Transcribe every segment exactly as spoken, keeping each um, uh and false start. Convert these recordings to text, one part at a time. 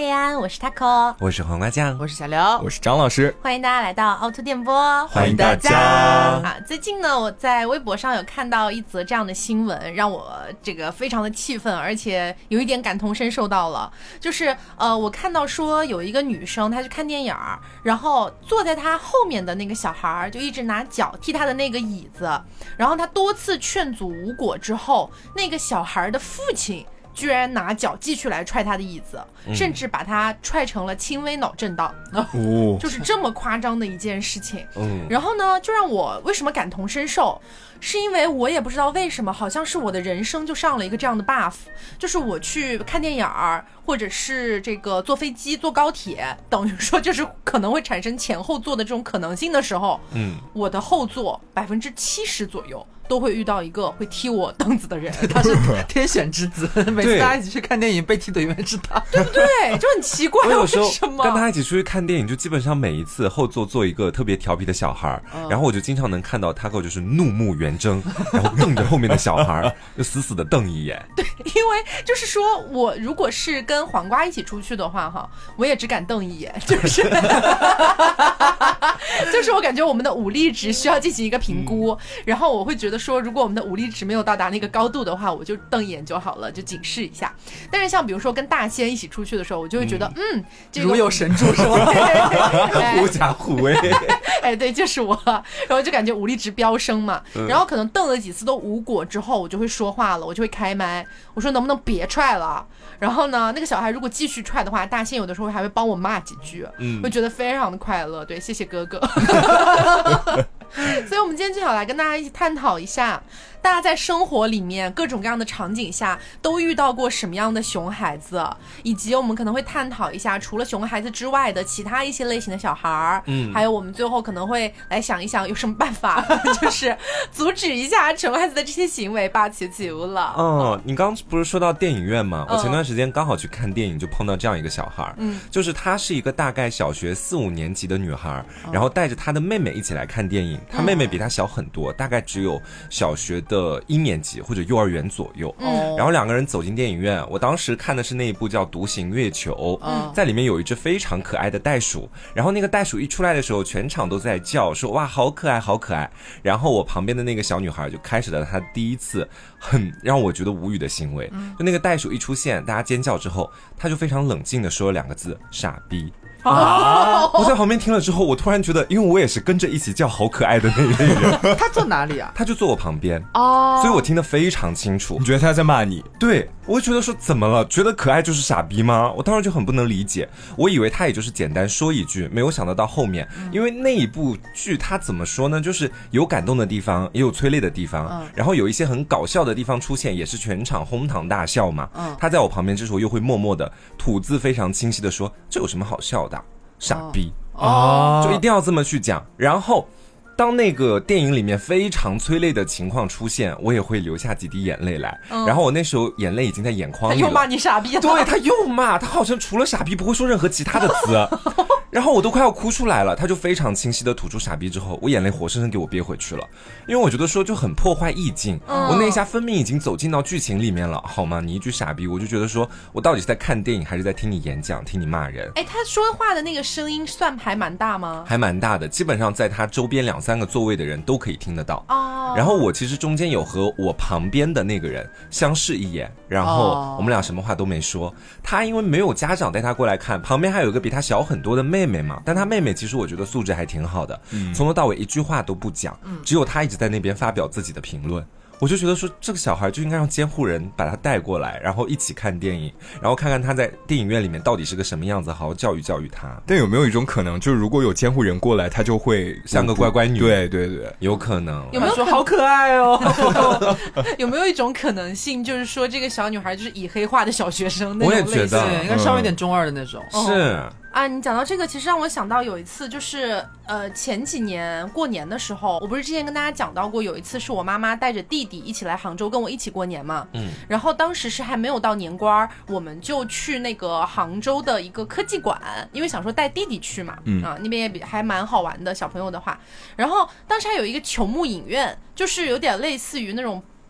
叶安，我是 Taco， 我是黄瓜酱， 我是小刘， 我是张老师， 欢迎大家来到凹凸电波， 欢迎大家啊！最近呢，我在微博上有看到一则这样的新闻，让我这个非常的气愤，而且有一点感同身受到了。就是呃，我看到说有一个女生，她去看电影，然后坐在她后面的那个小孩就一直拿脚踢她的那个椅子，然后她多次劝阻无果之后，那个小孩的父亲居然拿脚继续来踹他的椅子，嗯、甚至把他踹成了轻微脑震荡，哦、就是这么夸张的一件事情。嗯、然后呢，就让我为什么感同身受，是因为我也不知道为什么，好像是我的人生就上了一个这样的 buff， 就是我去看电影或者是这个坐飞机、坐高铁，等于说就是可能会产生前后座的这种可能性的时候，嗯，我的后座百分之七十左右都会遇到一个会踢我凳子的人， 他是天选之子，每次大家一起去看电影被踢的永远是他， 对不对？就很奇怪， 我有时候为什么跟他一起出去看电影，就基本上每一次后座坐一个特别调皮的小孩，嗯、然后我就经常能看到他狗就是怒目圆睁，然后瞪着后面的小孩，就死死的瞪一眼。 对，因为就是说我如果是跟黄瓜一起出去的话，哈，我也只敢瞪一眼，就是，就是我感觉我们的武力值需要进行一个评估，嗯、然后我会觉得说，如果我们的武力值没有到达那个高度的话，我就瞪一眼就好了，就警示一下。但是像比如说跟大仙一起出去的时候，我就会觉得，嗯，嗯这个、 如有神助是吧？ 狐假虎威。 哎，对，就是我，然后就感觉武力值飙升嘛，嗯、然后可能瞪了几次都无果之后，我就会说话了，我就会开麦，我说能不能别踹了？然后呢，那个小孩如果继续踹的话，大仙有的时候还会帮我骂几句，嗯，会觉得非常的快乐。对，谢谢哥哥。所以我们今天就想来跟大家一起探讨一下，大家在生活里面各种各样的场景下都遇到过什么样的熊孩子，以及我们可能会探讨一下除了熊孩子之外的其他一些类型的小孩，嗯，还有我们最后可能会来想一想有什么办法就是阻止一下熊孩子的这些行为吧。求求了。 哦，你刚不是说到电影院吗？我前段时间刚好去看电影，就碰到这样一个小孩，嗯，就是她是一个大概小学四五年级的女孩，然后带着她的妹妹一起来看电影。她妹妹比她小很多，大概只有小学的一年级或者幼儿园左右。嗯，然后两个人走进电影院，我当时看的是那一部叫《独行月球》，嗯，在里面有一只非常可爱的袋鼠，然后那个袋鼠一出来的时候，全场都在叫说哇好可爱好可爱。然后我旁边的那个小女孩就开始了她第一次很让我觉得无语的行为，嗯、就那个袋鼠一出现，大家尖叫之后，她就非常冷静的说了两个字：傻逼。啊！我在旁边听了之后，我突然觉得，因为我也是跟着一起叫好可爱的那一类人。 他坐哪里啊？ 他就坐我旁边哦，所以我听得非常清楚。 你觉得他在骂你？ 对，我就觉得说怎么了？觉得可爱就是傻逼吗？我当时就很不能理解，我以为他也就是简单说一句，没有想到到后面，嗯、因为那一部剧他怎么说呢？就是有感动的地方，也有催泪的地方，嗯、然后有一些很搞笑的地方出现，也是全场哄堂大笑嘛。嗯、他在我旁边这时候又会默默的吐字非常清晰的说：“这有什么好笑的？”傻逼哦，就一定要这么去讲。然后当那个电影里面非常催泪的情况出现，我也会流下几滴眼泪来，嗯、然后我那时候眼泪已经在眼眶里了。 他又骂你傻逼了。 对，他又骂，他好像除了傻逼不会说任何其他的词。然后我都快要哭出来了，他就非常清晰的吐出傻逼之后，我眼泪活生生给我憋回去了，因为我觉得说就很破坏意境，嗯、我那一下分明已经走进到剧情里面了，好吗？你一句傻逼，我就觉得说我到底是在看电影还是在听你演讲，听你骂人？ 哎，他说话的那个声音算还蛮大吗？ 还蛮大的，基本上在他周边两三个座位的人都可以听得到。哦，然后我其实中间有和我旁边的那个人相视一眼，然后我们俩什么话都没说。他因为没有家长带他过来看，旁边还有一个比他小很多的妹妹嘛，但他妹妹其实我觉得素质还挺好的，嗯、从头到尾一句话都不讲，嗯、只有他一直在那边发表自己的评论。我就觉得说这个小孩就应该让监护人把他带过来，然后一起看电影，然后看看他在电影院里面到底是个什么样子，好好教育教育他。 但有没有一种可能，就是如果有监护人过来，他就会像个乖乖女？ 对对对， 有可能。 有没有说好可爱哦？ 有没有一种可能性，就是说这个小女孩就是以黑化的小学生那种类型？ 我也觉得， 应该稍微有点中二的那种。 嗯、 是。 啊，你讲到这个，其实让我想到有一次，就是呃前几年过年的时候，我不是之前跟大家讲到过，有一次是我妈妈带着弟弟一起来杭州跟我一起过年嘛，嗯，然后当时是还没有到年关，我们就去那个杭州的一个科技馆，因为想说带弟弟去嘛，嗯啊那边也比还蛮好玩的，小朋友的话，然后当时还有一个球幕影院，就是有点类似于那种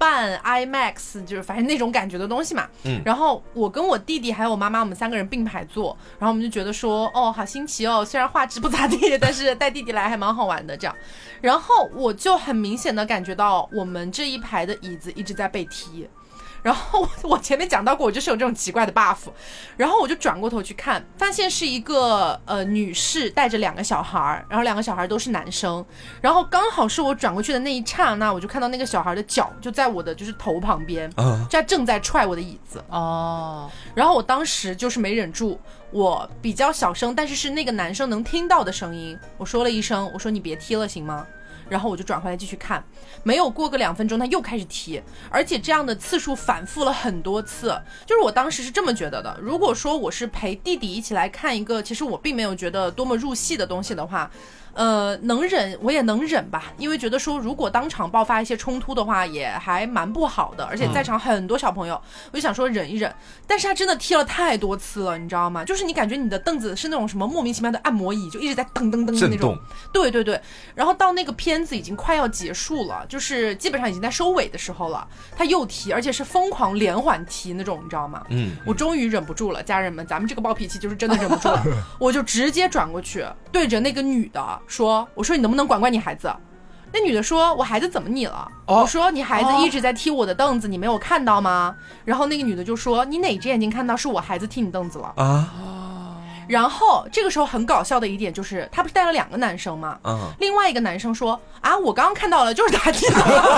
半 IMAX， 就是反正那种感觉的东西嘛。嗯，然后我跟我弟弟还有我妈妈，我们三个人并排坐，然后我们就觉得说，哦，好新奇哦，虽然画质不咋地，但是带弟弟来还蛮好玩的这样。然后我就很明显的感觉到我们这一排的椅子一直在被踢。然后我前面讲到过，我就是有这种奇怪的 buff， 然后我就转过头去看，发现是一个呃女士带着两个小孩，然后两个小孩都是男生，然后刚好是我转过去的那一刹那，我就看到那个小孩的脚就在我的就是头旁边，就他正在踹我的椅子哦，然后我当时就是没忍住，我比较小声，但是是那个男生能听到的声音，我说了一声，我说你别踢了行吗？然后我就转回来继续看，没有过个两分钟他又开始踢，而且这样的次数反复了很多次。就是我当时是这么觉得的，如果说我是陪弟弟一起来看一个其实我并没有觉得多么入戏的东西的话，呃，能忍我也能忍吧，因为觉得说如果当场爆发一些冲突的话也还蛮不好的，而且在场很多小朋友，我就想说忍一忍。但是他真的踢了太多次了，你知道吗？就是你感觉你的凳子是那种什么莫名其妙的按摩椅，就一直在噔噔噔的那种，对对对。然后到那个片子已经快要结束了，就是基本上已经在收尾的时候了，他又踢，而且是疯狂连环踢那种，你知道吗？嗯，我终于忍不住了，家人们，咱们这个暴脾气就是真的忍不住了，我就直接转过去对着那个女的说，我说你能不能管管你孩子？那女的说，我孩子怎么你了？哦、我说你孩子一直在踢我的凳子，你没有看到吗？然后那个女的就说，你哪只眼睛看到是我孩子踢你凳子了啊？然后这个时候很搞笑的一点就是，他不是带了两个男生吗？嗯，另外一个男生说，啊，我刚刚看到了，就是他踢的。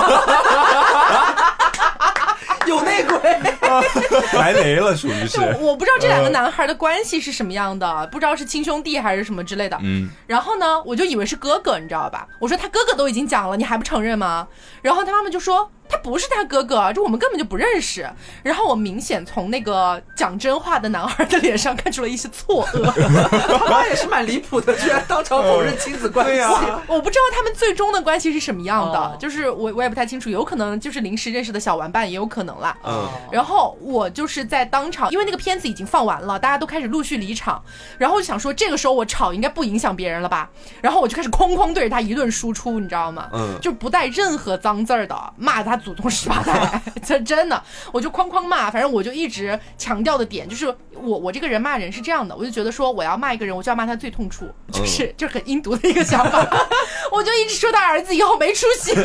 有内鬼， 来雷了，属于是。 我不知道这两个男孩的关系是什么样的，呃、不知道是亲兄弟还是什么之类的。嗯。然后呢，我就以为是哥哥，你知道吧？我说他哥哥都已经讲了，你还不承认吗？然后他妈妈就说，他不是他哥哥，这我们根本就不认识。然后我明显从那个讲真话的男孩的脸上看出了一些错愕。 他妈也是蛮离谱的，居然当场否认亲子关系。 啊、我不知道他们最终的关系是什么样的，哦、就是我我也不太清楚，有可能就是临时认识的小玩伴，也有可能啦。嗯。然后我就是在当场，因为那个片子已经放完了，大家都开始陆续离场，然后我就想说这个时候我吵应该不影响别人了吧，然后我就开始哐哐对着他一顿输出，你知道吗？嗯。就不带任何脏字儿的骂他祖宗十八代，这真的，我就哐哐骂，反正我就一直强调的点就是我我这个人骂人是这样的，我就觉得说我要骂一个人，我就要骂他最痛处，就是就是很阴毒的一个想法，我就一直说他儿子以后没出息。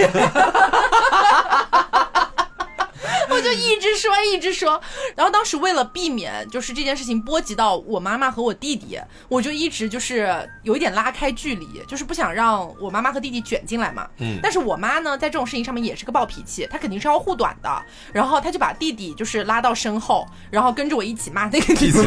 我就一直说一直说，然后当时为了避免就是这件事情波及到我妈妈和我弟弟，我就一直就是有一点拉开距离，就是不想让我妈妈和弟弟卷进来嘛。嗯。但是我妈呢，在这种事情上面也是个暴脾气，她肯定是要护短的，然后她就把弟弟就是拉到身后，然后跟着我一起骂那个弟弟。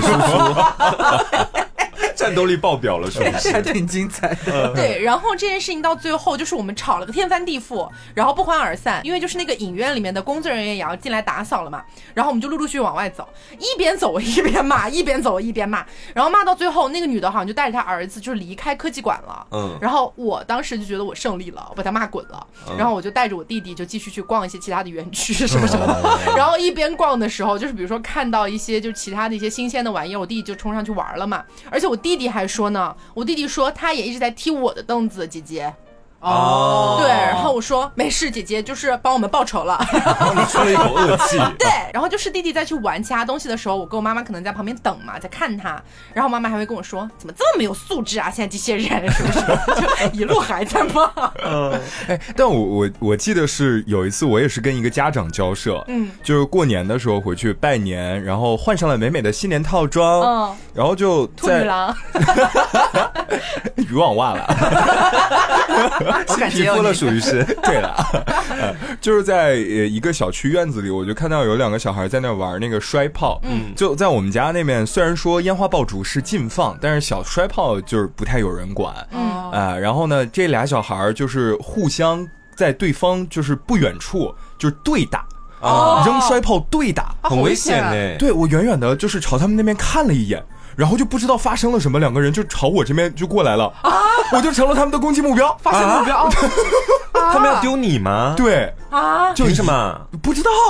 战斗力爆表了，是不是？ 还挺精彩的。 对，然后这件事情到最后就是我们吵了个天翻地覆，然后不欢而散，因为就是那个影院里面的工作人员也要进来打扫了嘛，然后我们就陆陆续续往外走，一边走一边骂，一边走一边骂，然后骂到最后，那个女的好像就带着她儿子就离开科技馆了。嗯，然后我当时就觉得我胜利了，我把她骂滚了，嗯、然后我就带着我弟弟就继续去逛一些其他的园区什么什么的，嗯、然后一边逛的时候，就是比如说看到一些就其他的一些新鲜的玩意儿，我弟弟就冲上去玩了嘛，而且我弟弟还说呢，我弟弟说他也一直在踢我的凳子，姐姐。哦，对，然后我说没事，姐姐就是帮我们报仇了， 你出了一口恶气。 对，然后就是弟弟再去玩其他东西的时候，我跟我妈妈可能在旁边等嘛，在看他，然后妈妈还会跟我说，怎么这么没有素质啊？现在这些人是不是？就一路还在骂。 嗯，哎，但我我我记得是有一次，我也是跟一个家长交涉，嗯，就是过年的时候回去拜年，然后换上了美美的新年套装，嗯，然后就兔女郎， 渔网袜了。新皮肤了，属于是对了、呃，就是在一个小区院子里，我就看到有两个小孩在那玩那个摔炮。嗯，就在我们家那边，虽然说烟花爆竹是禁放，但是小摔炮就是不太有人管。嗯啊、呃，然后呢，这俩小孩就是互相在对方就是不远处就是对打。啊，扔摔炮对打， 很危险哎！ 对，我远远的就是朝他们那边看了一眼，然后就不知道发生了什么，两个人就朝我这边就过来了啊！我就成了他们的攻击目标， 发现目标，啊、 他们要丢你吗？ 对啊， 就为什么不知道？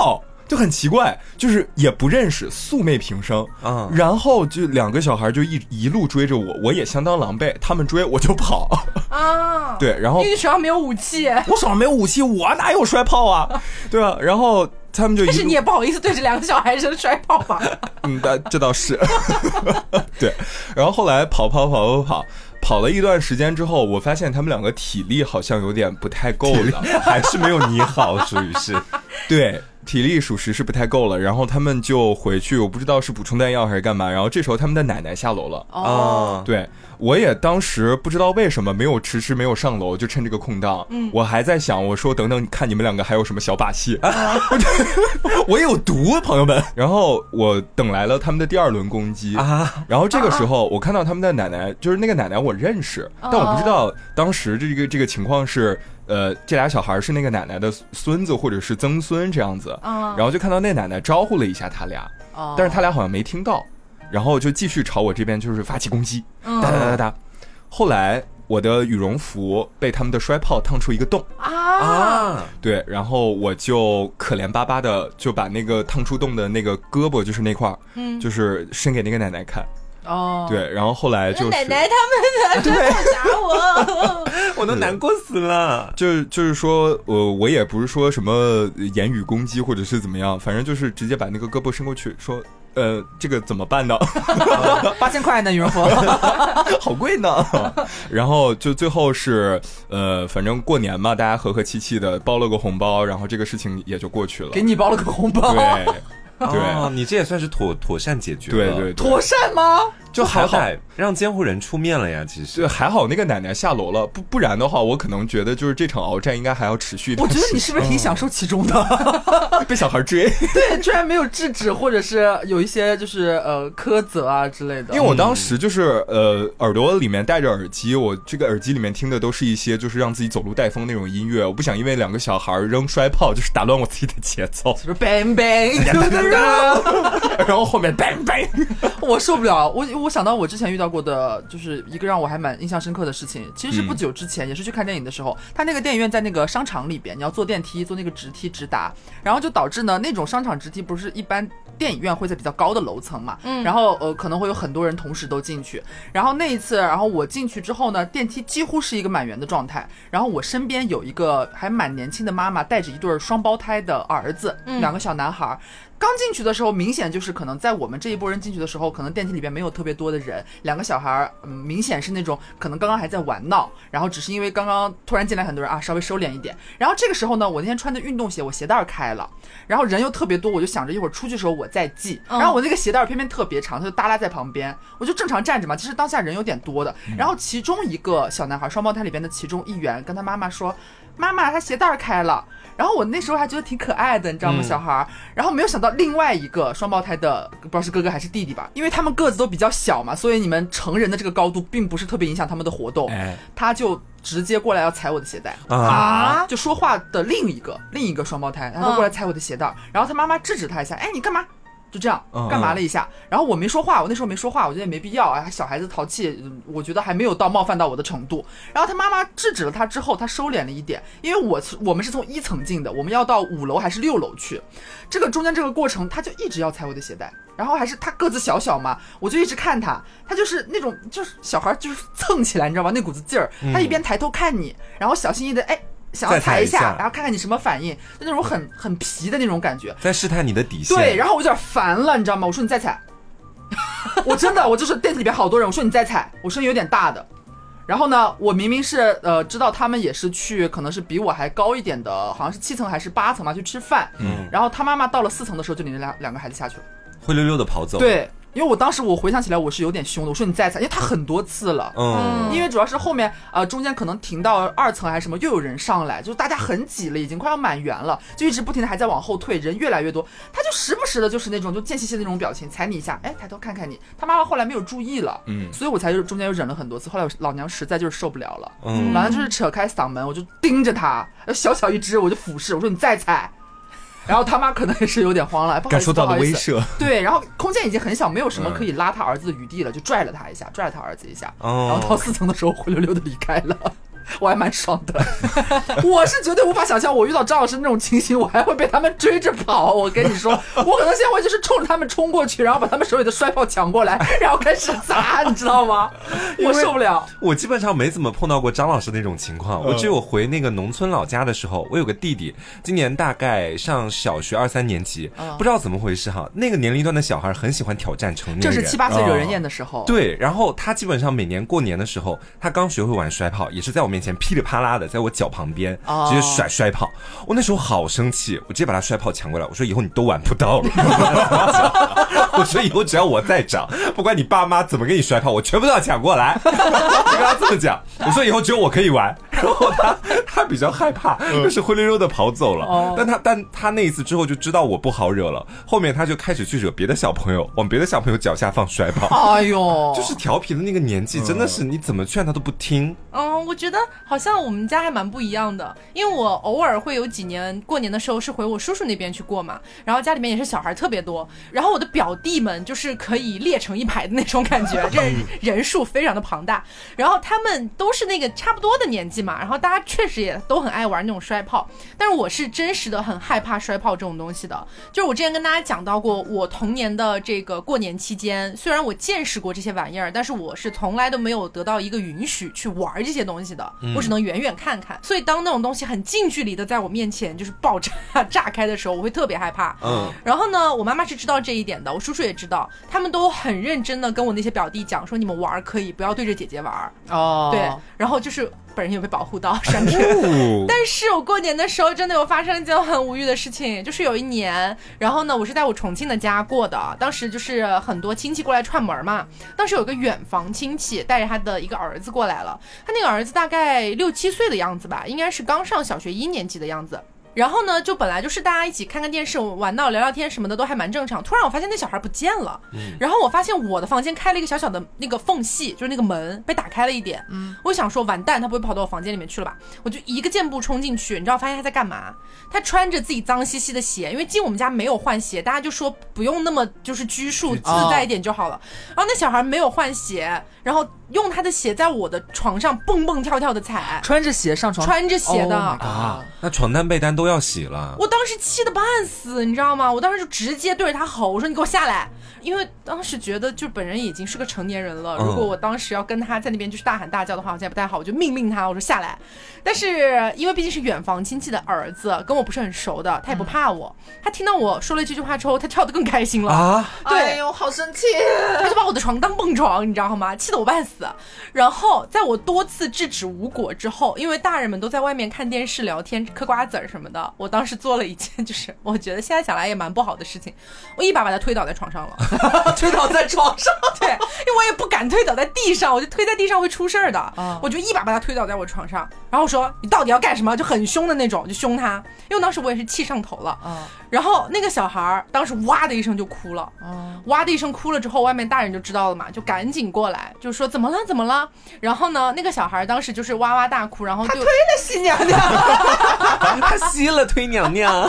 就很奇怪，就是也不认识，素昧平生啊。然后就两个小孩就一一路追着我，我也相当狼狈，他们追我就跑啊。对，然后因为你手上没有武器， 我手上没有武器，我哪有摔炮啊？对吧？然后他们就一路， 但是你也不好意思对着两个小孩子摔炮吧？ 嗯，这倒是。对，然后后来跑跑跑跑跑。跑了一段时间之后，我发现他们两个体力好像有点不太够了， 还是没有你好，属于是， 对，体力属实是不太够了。然后他们就回去，我不知道是补充弹药还是干嘛。然后这时候他们的奶奶下楼了，哦，对，我也当时不知道为什么没有迟迟没有上楼，就趁这个空档，嗯，我还在想，我说等等，看你们两个还有什么小把戏，啊、我有毒，朋友们。然后我等来了他们的第二轮攻击啊，然后这个时候我看到他们的奶奶，就是那个奶奶我认识，但我不知道当时这个这个情况是。呃，这俩小孩是那个奶奶的孙子或者是曾孙这样子，然后就看到那奶奶招呼了一下他俩，但是他俩好像没听到，然后就继续朝我这边就是发起攻击，哒哒哒哒。后来我的羽绒服被他们的摔炮烫出一个洞啊，对，然后我就可怜巴巴的就把那个烫出洞的那个胳膊，就是那块，嗯，就是伸给那个奶奶看。哦，对，然后后来就是奶奶他们在打我， 我都难过死了。 就就是说，呃，我也不是说什么言语攻击或者是怎么样，反正就是直接把那个胳膊伸过去说，呃，这个怎么办呢？ 八千块呢羽绒服， 好贵呢。然后就最后是呃，反正过年嘛，大家和和气气的包了个红包，然后这个事情也就过去了。 给你包了个红包， 对。 对、哦，你这也算是妥妥善解决了。 对 对, 对， 妥善吗？ 就好歹让监护人出面了呀。其实对，还好那个奶奶下楼了，不不然的话，我可能觉得就是这场鏖战应该还要持续一段时间。 我觉得你是不是挺享受其中的？ 被小孩追， 对，居然没有制止，或者是有一些就是呃苛责啊之类的。 因为我当时就是呃耳朵里面戴着耳机，我这个耳机里面听的都是一些就是让自己走路带风那种音乐，我不想因为两个小孩扔摔炮就是打乱我自己的节奏， 就是 bang bang， 然后后面 bang bang， 我受不了。我我想到我之前遇到过的，就是一个让我还蛮印象深刻的事情。其实是不久之前，嗯、也是去看电影的时候，他那个电影院在那个商场里边，你要坐电梯，坐那个直梯直达，然后就导致呢，那种商场直梯不是一般电影院会在比较高的楼层嘛，嗯，然后呃可能会有很多人同时都进去，然后那一次，然后我进去之后呢，电梯几乎是一个满员的状态，然后我身边有一个还蛮年轻的妈妈，带着一对双胞胎的儿子，嗯、两个小男孩。刚进去的时候，明显就是可能在我们这一波人进去的时候，可能电梯里边没有特别多的人，两个小孩，嗯，明显是那种可能刚刚还在玩闹，然后只是因为刚刚突然进来很多人啊，稍微收敛一点。然后这个时候呢，我那天穿的运动鞋，我鞋带开了，然后人又特别多，我就想着一会儿出去的时候我再系。然后我那个鞋带偏偏特别长，它就耷拉在旁边，我就正常站着嘛。其实当下人有点多的，然后其中一个小男孩，双胞胎里边的其中一员，跟他妈妈说：“妈妈，他鞋带开了。”然后我那时候还觉得挺可爱的，你知道吗，小孩？然后没有想到另外一个双胞胎的，不知道是哥哥还是弟弟吧，因为他们个子都比较小嘛，所以你们成人的这个高度并不是特别影响他们的活动。哎，他就直接过来要踩我的鞋带啊！就说话的另一个另一个双胞胎，他就过来踩我的鞋带，然后他妈妈制止他一下，哎，你干嘛？就这样干嘛了一下，然后我没说话，我那时候没说话，我觉得也没必要啊，小孩子淘气，我觉得还没有到冒犯到我的程度。然后他妈妈制止了他之后，他收敛了一点，因为我我们是从一层进的，我们要到五楼还是六楼去，这个中间这个过程，他就一直要踩我的鞋带，然后还是他个子小小嘛，我就一直看他，他就是那种就是小孩就是蹭起来，你知道吗？那股子劲儿，他一边抬头看你，然后小心翼翼的哎。想要踩一下，然后看看你什么反应，就那种很很皮的那种感觉， 在试探你的底线。 对，然后我有点烦了，你知道吗？我说你再踩，我真的，我就是店里边好多人，我说你再踩，我声音有点大的。然后呢，我明明是呃知道他们也是去，可能是比我还高一点的，好像是七层还是八层嘛，去吃饭。嗯。然后他妈妈到了四层的时候，就领着两两个孩子下去了， 灰溜溜的跑走。 对。因为我当时我回想起来我是有点凶的，我说你再踩，因为他很多次了，嗯，因为主要是后面呃中间可能停到二层还是什么，又有人上来，就是大家很挤了，已经快要满员了，就一直不停的还在往后退，人越来越多，他就时不时的就是那种就贱兮兮的那种表情，踩你一下，哎，抬头看看你，他妈妈后来没有注意了，嗯，所以我才就中间又忍了很多次，后来我老娘实在就是受不了了，嗯，老娘就是扯开嗓门，我就盯着他，小小一只我就俯视，我说你再踩。然后他妈可能也是有点慌了，不好意思， 感受到了威慑。 对，然后空间已经很小，没有什么可以拉他儿子的余地了，就拽了他一下，拽了他儿子一下，哦、然后到四层的时候灰溜溜的离开了。 我还蛮爽的。我是绝对无法想象，我遇到张老师那种情形，我还会被他们追着跑。我跟你说，我可能现在会就是冲着他们冲过去，然后把他们手里的摔炮抢过来，然后开始砸，你知道吗？我受不了。 我基本上没怎么碰到过张老师那种情况。我只有回那个农村老家的时候，我有个弟弟，今年大概上小学二三年级，不知道怎么回事哈，那个年龄段的小孩很喜欢挑战成年人， 这是七八岁惹人厌的时候。 对，然后他基本上每年过年的时候，他刚学会玩摔炮，也是在我面前噼里啪啦的，在我脚旁边直接甩摔炮。我那时候好生气，我直接把他摔炮抢过来，我说以后你都玩不到了。我说以后只要我在长，不管你爸妈怎么给你摔炮，我全部都要抢过来。我跟他这么讲，我说以后只有我可以玩。然后他他比较害怕，就是灰溜溜的跑走了。嗯、但他但他那一次之后就知道我不好惹了，后面他就开始去惹别的小朋友，往别的小朋友脚下放摔炮。 哎呦， 就是调皮的那个年纪，真的是你怎么劝他都不听。 嗯，我觉得好像我们家还蛮不一样的，因为我偶尔会有几年过年的时候是回我叔叔那边去过嘛，然后家里面也是小孩特别多，然后我的表弟们就是可以列成一排的那种感觉，这人数非常的庞大，然后他们都是那个差不多的年纪嘛，然后大家确实也都很爱玩那种摔炮，但是我是真实的很害怕摔炮这种东西的。就是我之前跟大家讲到过，我童年的这个过年期间，虽然我见识过这些玩意儿，但是我是从来都没有得到一个允许去玩这些东西的，我只能远远看看。所以当那种东西很近距离的在我面前就是爆炸炸开的时候，我会特别害怕。嗯，然后呢，我妈妈是知道这一点的，我叔叔也知道，他们都很认真的跟我那些表弟讲说，你们玩可以，不要对着姐姐玩。哦，对，然后就是本人有被保护到闪电、哦、但是我过年的时候真的有发生一件很无语的事情，就是有一年，然后呢我是在我重庆的家过的，当时就是很多亲戚过来串门嘛，当时有个远房亲戚带着他的一个儿子过来了，他那个儿子大概六七岁的样子吧，应该是刚上小学一年级的样子，然后呢就本来就是大家一起看看电视玩闹聊聊天什么的都还蛮正常，突然我发现那小孩不见了、嗯、然后我发现我的房间开了一个小小的那个缝隙，就是那个门被打开了一点，嗯，我想说完蛋他不会跑到我房间里面去了吧，我就一个箭步冲进去，你知道发现他在干嘛，他穿着自己脏兮兮的鞋，因为进我们家没有换鞋，大家就说不用那么就是拘束自在一点就好了、哦、然后那小孩没有换鞋，然后用他的鞋在我的床上蹦蹦跳跳的踩， 穿着鞋上床， 穿着鞋的、 oh 啊，那床单被单都要洗了。 我当时气得半死，你知道吗？我当时就直接对着他吼，我说你给我下来，因为当时觉得就本人已经是个成年人了，如果我当时要跟他在那边就是大喊大叫的话，好像也不太好，我就命令他，我说下来。但是因为毕竟是远房亲戚的儿子，跟我不是很熟的，他也不怕我、嗯、他听到我说了这句话之后，他跳得更开心了啊！对， 哎呦好生气， 他就把我的床当蹦床，你知道吗？气得我半死。然后在我多次制止无果之后，因为大人们都在外面看电视聊天嗑瓜子什么的，我当时做了一件就是我觉得现在想来也蛮不好的事情，我一把把他推倒在床上了。 推倒在床上对，因为我也不敢推倒在地上，我就推在地上会出事儿的、啊、我就一把把他推倒在我床上，然后说你到底要干什么，就很凶的那种，就凶他，因为当时我也是气上头了、啊、然后那个小孩当时哇的一声就哭了、啊、哇的一声哭了之后，外面大人就知道了嘛，就赶紧过来就说怎么了怎么了，然后呢那个小孩当时就是哇哇大哭，然后就他推了西娘娘他吸了推娘娘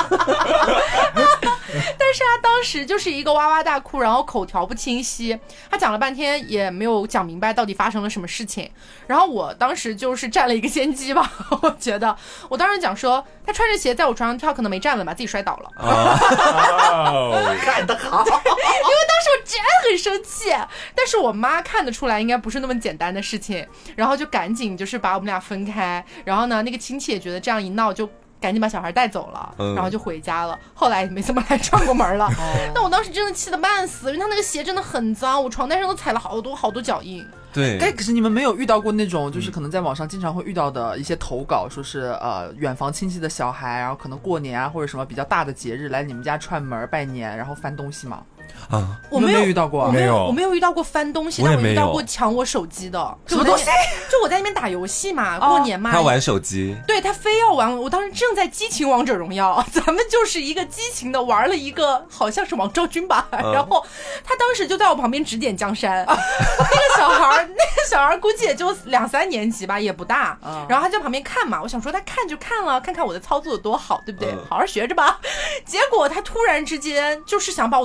但是他当时就是一个哇哇大哭，然后口条不清晰，他讲了半天也没有讲明白到底发生了什么事情，然后我当时就是占了一个先机吧，我觉得我当时讲说他穿着鞋在我床上跳可能没站稳吧，自己摔倒了。 哦，干得好。 因为当时我真的很生气，但是我妈看得出来应该不是那么简单的事情，然后就赶紧就是把我们俩分开，然后呢那个亲戚也觉得这样一闹就赶紧把小孩带走了、嗯、然后就回家了，后来也没怎么来上过门了、哦、但我当时真的气得半死，因为他那个鞋真的很脏，我床单上都踩了好多好多脚印。 对， 哎，可是你们没有遇到过那种就是可能在网上经常会遇到的一些投稿，说是呃远房亲戚的小孩，然后可能过年啊或者什么比较大的节日来你们家串门拜年，然后翻东西吗？ 啊， 我没有遇到过， 没有，我没有遇到过翻东西，但我遇到过抢我手机的。 什么东西？ 就我在那边打游戏嘛，过年嘛， 他玩手机， 对，他非要玩，我当时正在激情王者荣耀，咱们就是一个激情的玩了一个好像是王昭君吧、嗯、然后他当时就在我旁边指点江山、啊、那个小孩那个小孩估计也就两三年级吧，也不大、嗯、然后他在旁边看嘛，我想说他看就看了，看看我的操作有多好，对不对、嗯、好好学着吧。结果他突然之间就是想把我的手机夺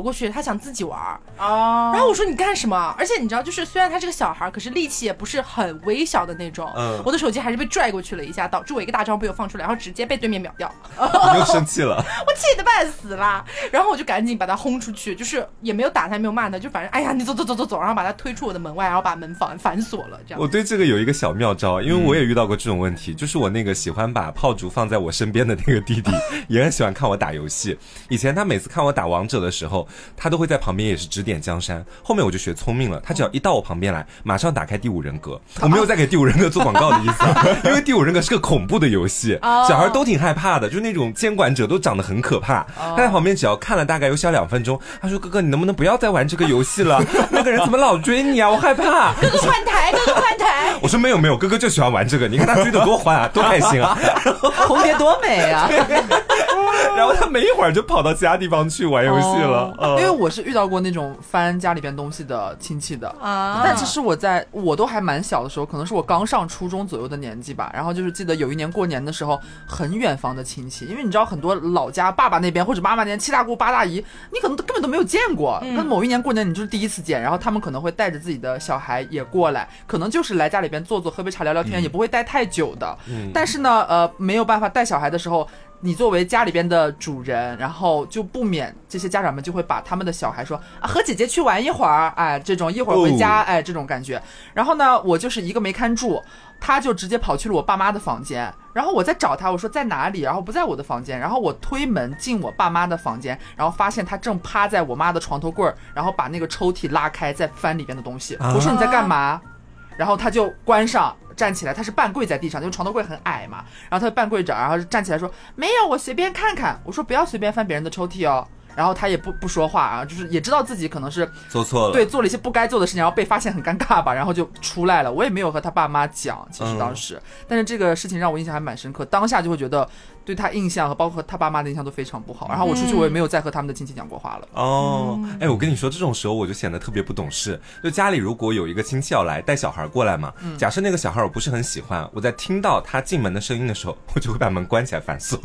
过去，他想自己玩啊。 然后我说你干什么？而且你知道，就是虽然他是个小孩，可是力气也不是很微小的那种。嗯，我的手机还是被拽过去了一下，导致我一个大招被我放出来，然后直接被对面秒掉。 你又生气了？ 我气得半死啦！然后我就赶紧把他轰出去，就是也没有打他，没有骂他，就反正哎呀，你走走走走走，然后把他推出我的门外，然后把门反反锁了。这样。 我对这个有一个小妙招，因为我也遇到过这种问题，嗯、就是我那个喜欢把炮竹放在我身边的那个弟弟，也很喜欢看我打游戏。以前他每次看我打王者的时候，他都会在旁边也是指点江山。后面我就学聪明了，他只要一到我旁边来，马上打开第五人格。我没有在给第五人格做广告的意思，啊、因为第五人格是个恐怖的游戏，小孩都挺害怕的，就是那种监管者都长得很可怕。他在旁边只要看了大概有小两分钟，他说：“哥哥，你能不能不要再玩这个游戏了？那个人怎么老追你啊？我害怕。” 哥哥换台，哥哥换台。 我说没有没有，哥哥就喜欢玩这个，你看他追得多欢啊，多开心啊！ 红蝶多美啊！ 然后他没一会儿就跑到其他地方去玩游戏了。 哦、因为我是遇到过那种翻家里边东西的亲戚的啊，但其实我在我都还蛮小的时候，可能是我刚上初中左右的年纪吧。然后就是记得有一年过年的时候，很远方的亲戚，因为你知道很多老家爸爸那边或者妈妈那边七大姑八大姨，你可能根本都没有见过。那、嗯、某一年过年你就是第一次见，然后他们可能会带着自己的小孩也过来，可能就是来家里边坐坐喝杯茶聊聊天，嗯、也不会待太久的。嗯、但是呢，呃，没有办法带小孩的时候。你作为家里边的主人，然后就不免这些家长们就会把他们的小孩说啊，和姐姐去玩一会儿，哎，这种一会儿回家，哎，这种感觉。然后呢，我就是一个没看住，他就直接跑去了我爸妈的房间，然后我在找他，我说在哪里，然后不在我的房间，然后我推门进我爸妈的房间，然后发现他正趴在我妈的床头柜，然后把那个抽屉拉开，在翻里边的东西。我说你在干嘛？然后他就关上。站起来，他是半跪在地上，因为床头柜很矮嘛，然后他就半跪着，然后站起来说没有，我随便看看。我说不要随便翻别人的抽屉哦。然后他也不不说话啊，就是也知道自己可能是做错了， 对，做了一些不该做的事情，然后被发现很尴尬吧，然后就出来了。我也没有和他爸妈讲，其实当时，嗯、但是这个事情让我印象还蛮深刻，当下就会觉得对他印象和包括他爸妈的印象都非常不好。然后我出去我也没有再和他们的亲戚讲过话了。 哦，哎，我跟你说，这种时候我就显得特别不懂事。就家里如果有一个亲戚要来带小孩过来嘛，嗯、假设那个小孩我不是很喜欢，我在听到他进门的声音的时候，我就会把门关起来反锁。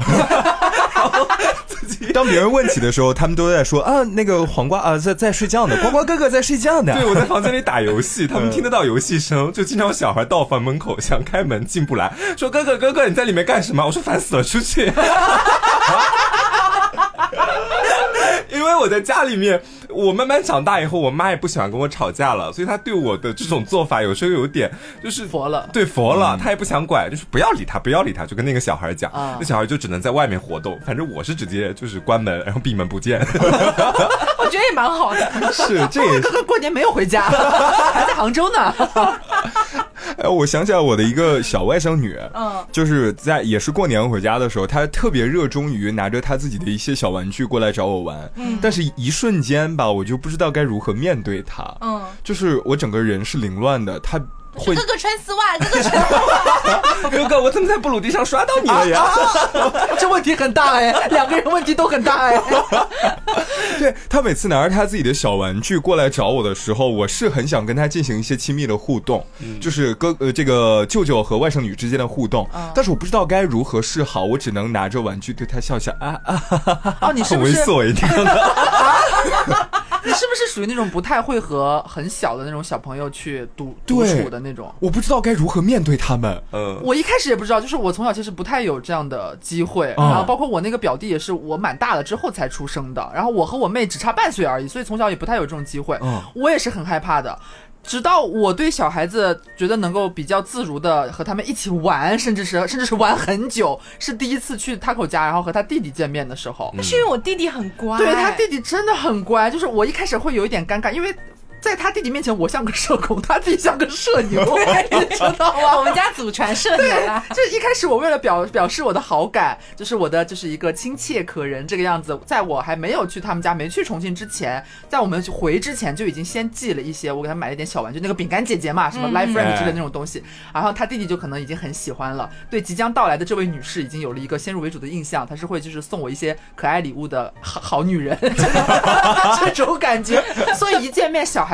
当别人问起的时候，他们都在说啊，那个黄瓜啊在在睡觉呢，呱呱哥哥在睡觉呢。 对，我在房间里打游戏，他们听得到游戏声，就经常有小孩到房门口想开门进不来，说哥哥哥哥你在里面干什么？我说烦死了，出去。因为我在家里面，我慢慢长大以后，我妈也不喜欢跟我吵架了，所以她对我的这种做法有时候有点就是佛了， 对佛了，嗯、她也不想管，就是不要理他，不要理他，就跟那个小孩讲，嗯、那小孩就只能在外面活动，反正我是直接就是关门，然后闭门不见。 我觉得也蛮好的， 是这也哥哥过年没有回家，还在杭州呢。 哎，我想起来我的一个小外甥女，嗯，就是在也是过年回家的时候，她特别热衷于拿着她自己的一些小玩具过来找我玩，嗯，但是一瞬间吧，我就不知道该如何面对她，嗯，就是我整个人是凌乱的，她。 哥哥穿丝袜，哥哥穿丝袜， 哥哥，我怎么在布鲁迪上刷到你了呀？ 啊啊、这问题很大哎，两个人问题都很大哎。 对，他每次拿着他自己的小玩具过来找我的时候，我是很想跟他进行一些亲密的互动，嗯、就是哥呃这个舅舅和外甥女之间的互动，嗯、但是我不知道该如何是好，我只能拿着玩具对他笑笑啊啊哈哈哈。 哦，你是不是很猥琐一点的？ 你是不是属于那种不太会和很小的那种小朋友去独独处的那种？ 我不知道该如何面对他们。 嗯，我一开始也不知道，就是我从小其实不太有这样的机会，嗯、然后包括我那个表弟也是我蛮大了之后才出生的，然后我和我妹只差半岁而已，所以从小也不太有这种机会。嗯，我也是很害怕的。直到我对小孩子觉得能够比较自如的和他们一起玩，甚至是甚至是玩很久，是第一次去他口家，然后和他弟弟见面的时候。 那是因为我弟弟很乖， 对，他弟弟真的很乖，就是我一开始会有一点尴尬，因为在他弟弟面前我像个社恐，他弟像个社牛，你知道吗？ 我们家祖传社牛啊。 就一开始我为了表表示我的好感，就是我的就是一个亲切可人这个样子，在我还没有去他们家，没去重庆之前，在我们回之前就已经先寄了一些，我给他买了一点小玩具，那个饼干姐姐嘛，什么 Life Friend 之类的那种东西，嗯、然后他弟弟就可能已经很喜欢了，对即将到来的这位女士已经有了一个先入为主的印象，她是会就是送我一些可爱礼物的好好女人这种感觉，所以一见面小孩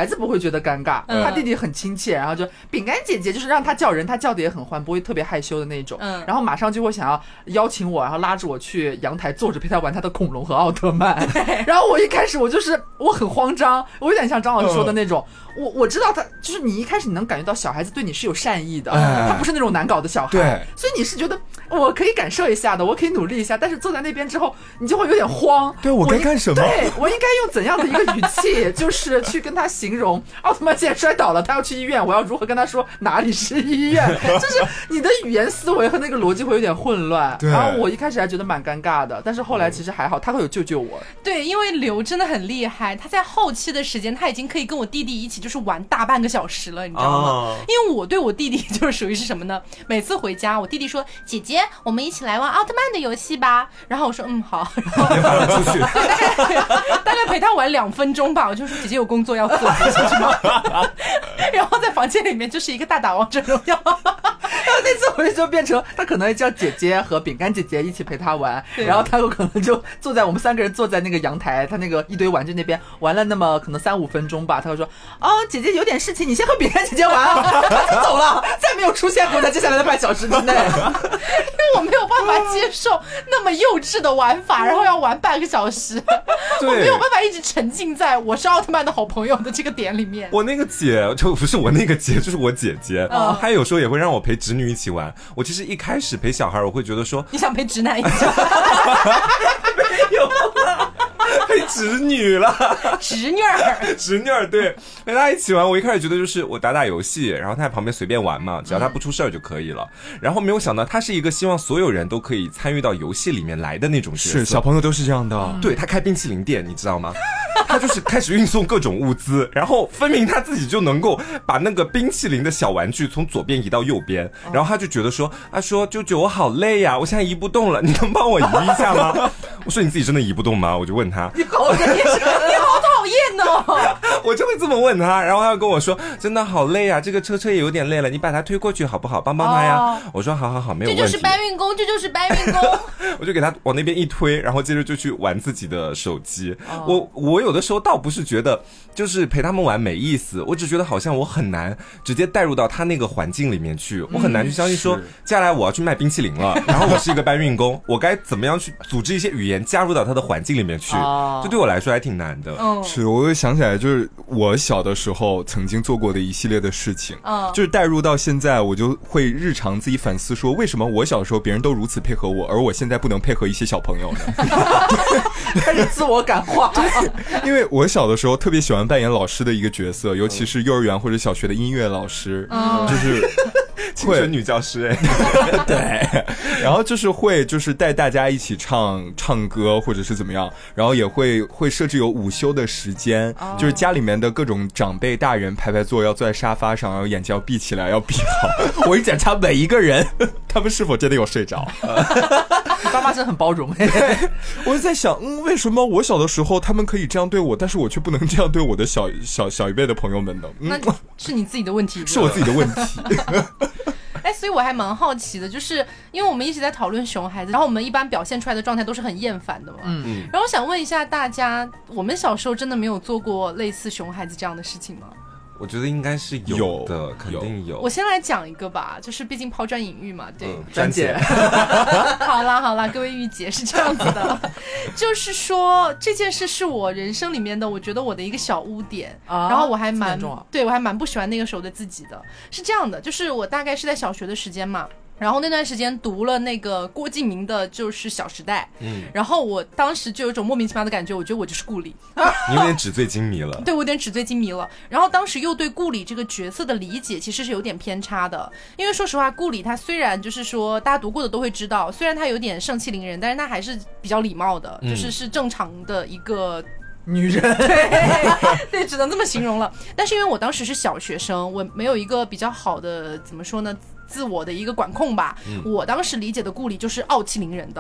孩子不会觉得尴尬， 嗯、 他弟弟很亲切，然后就饼干姐姐就是让他叫人，他叫的也很欢，不会特别害羞的那种。嗯，然后马上就会想要邀请我，然后拉着我去阳台坐着陪他玩他的恐龙和奥特曼。然后我一开始我就是我很慌张，我有点像张老师说的那种，嗯、我我知道他就是你一开始你能感觉到小孩子对你是有善意的，哎、他不是那种难搞的小孩， 对， 所以你是觉得我可以感受一下的，我可以努力一下，但是坐在那边之后，你就会有点慌。 对，我该干什么？ 对，我应该用怎样的一个语气，就是去跟他形容奥特曼现在摔倒了，他要去医院，我要如何跟他说哪里是医院？就是你的语言思维和那个逻辑会有点混乱。然后我一开始还觉得蛮尴尬的，但是后来其实还好，他会有救救我。 对，因为刘真的很厉害，他在后期的时间他已经可以跟我弟弟一起就是玩大半个小时了，你知道吗？哦、因为我对我弟弟就是属于是什么呢？每次回家，我弟弟说：“姐姐，我们一起来玩奥特曼的游戏吧。”然后我说：“嗯，好。”然后把他出去， 大概大概陪他玩两分钟吧。我就说：“姐姐有工作要做，你进去吗？”然后在房间里面就是一个大打王者荣耀。 然后那次回去就变成他可能叫姐姐和饼干姐姐一起陪他玩，然后他有可能就坐在我们三个人坐在那个阳台，他那个一堆玩具那边玩了那么可能三五分钟吧，他会说：“哦，姐姐有点事情，你先和饼干姐姐玩啊。”他就走了，再没有出现过在接下来的半小时之内。因为我没有办法接受那么幼稚的玩法，然后要玩半个小时，我没有办法一直沉浸在我是奥特曼的好朋友的这个点里面。 我那个姐就不是我那个姐，就是我姐姐，嗯、她有时候也会让我陪侄女一起玩。我其实一开始陪小孩，我会觉得说你想陪直男一起玩， 没有陪侄女了， 侄女儿， 侄女儿，对，陪她一起玩。我一开始觉得就是我打打游戏，然后她在旁边随便玩嘛，只要她不出事儿就可以了。嗯、然后没有想到，她是一个希望所有人都可以参与到游戏里面来的那种角色。 是，小朋友都是这样的。 嗯、对，她开冰淇淋店，你知道吗？他就是开始运送各种物资，然后分明他自己就能够把那个冰淇淋的小玩具从左边移到右边，然后他就觉得说，他说舅舅我好累呀、啊，我现在移不动了，你能帮我移一下吗？我说你自己真的移不动吗？我就问他， 你好讨厌， 你好讨厌哦， 我就会这么问他，然后他就跟我说，真的好累啊，这个车车也有点累了，你把它推过去好不好？帮帮他呀。哦、我说好好好，没有问题。 这就是搬运工，这就是搬运工。 我就给他往那边一推，然后接着就去玩自己的手机。哦、我我有的时候倒不是觉得就是陪他们玩没意思，我只觉得好像我很难直接带入到他那个环境里面去，我很难去相信说，嗯、接下来我要去卖冰淇淋了，然后我是一个搬运工，我该怎么样去组织一些语言加入到他的环境里面去？哦、这对我来说还挺难的。 嗯、 是，我会想起来，就是我小的时候曾经做过的一系列的事情，嗯、就是带入到现在，我就会日常自己反思说，为什么我小时候别人都如此配合我，而我现在不能配合一些小朋友呢？ 开始自我感化。 因为我小的时候特别喜欢扮演老师的一个角色，尤其是幼儿园或者小学的音乐老师，嗯、就是清纯女教师哎， 对，然后就是会就是带大家一起唱唱歌或者是怎么样，然后也会会设置有午休的时间，哦、就是家里面的各种长辈大人排排坐，要坐在沙发上，然后眼睛要闭起来，要闭好。我一检查每一个人，他们是否真的有睡着。 你爸妈真的很包容。 我就在想，嗯，为什么我小的时候他们可以这样对我，但是我却不能这样对我的小小小一辈的朋友们呢？ 嗯、那是你自己的问题， 是我自己的问题。 哎，所以我还蛮好奇的，就是因为我们一直在讨论熊孩子，然后我们一般表现出来的状态都是很厌烦的嘛。嗯，然后我想问一下大家，我们小时候真的没有做过类似熊孩子这样的事情吗？ 我觉得应该是有的，有肯定有。 我先来讲一个吧，就是毕竟抛砖引玉嘛，对， 嗯、詹姐。 好啦好啦，各位御姐是这样子的，就是说这件事是我人生里面的，我觉得我的一个小污点，啊、然后我还蛮对我还蛮不喜欢那个时候的自己的。是这样的，就是我大概是在小学的时间嘛。然后那段时间读了那个郭敬明的就是《小时代》，嗯，然后我当时就有一种莫名其妙的感觉，我觉得我就是顾里， 你有点纸醉金迷了。 对，我有点纸醉金迷了。然后当时又对顾里这个角色的理解其实是有点偏差的，因为说实话，顾里他虽然就是说大家读过的都会知道，虽然他有点盛气凌人，但是他还是比较礼貌的，就是是正常的一个女人， 对对，只能这么形容了。但是因为我当时是小学生，我没有一个比较好的怎么说呢，自我的一个管控吧。嗯、我当时理解的顾里就是傲气凌人的。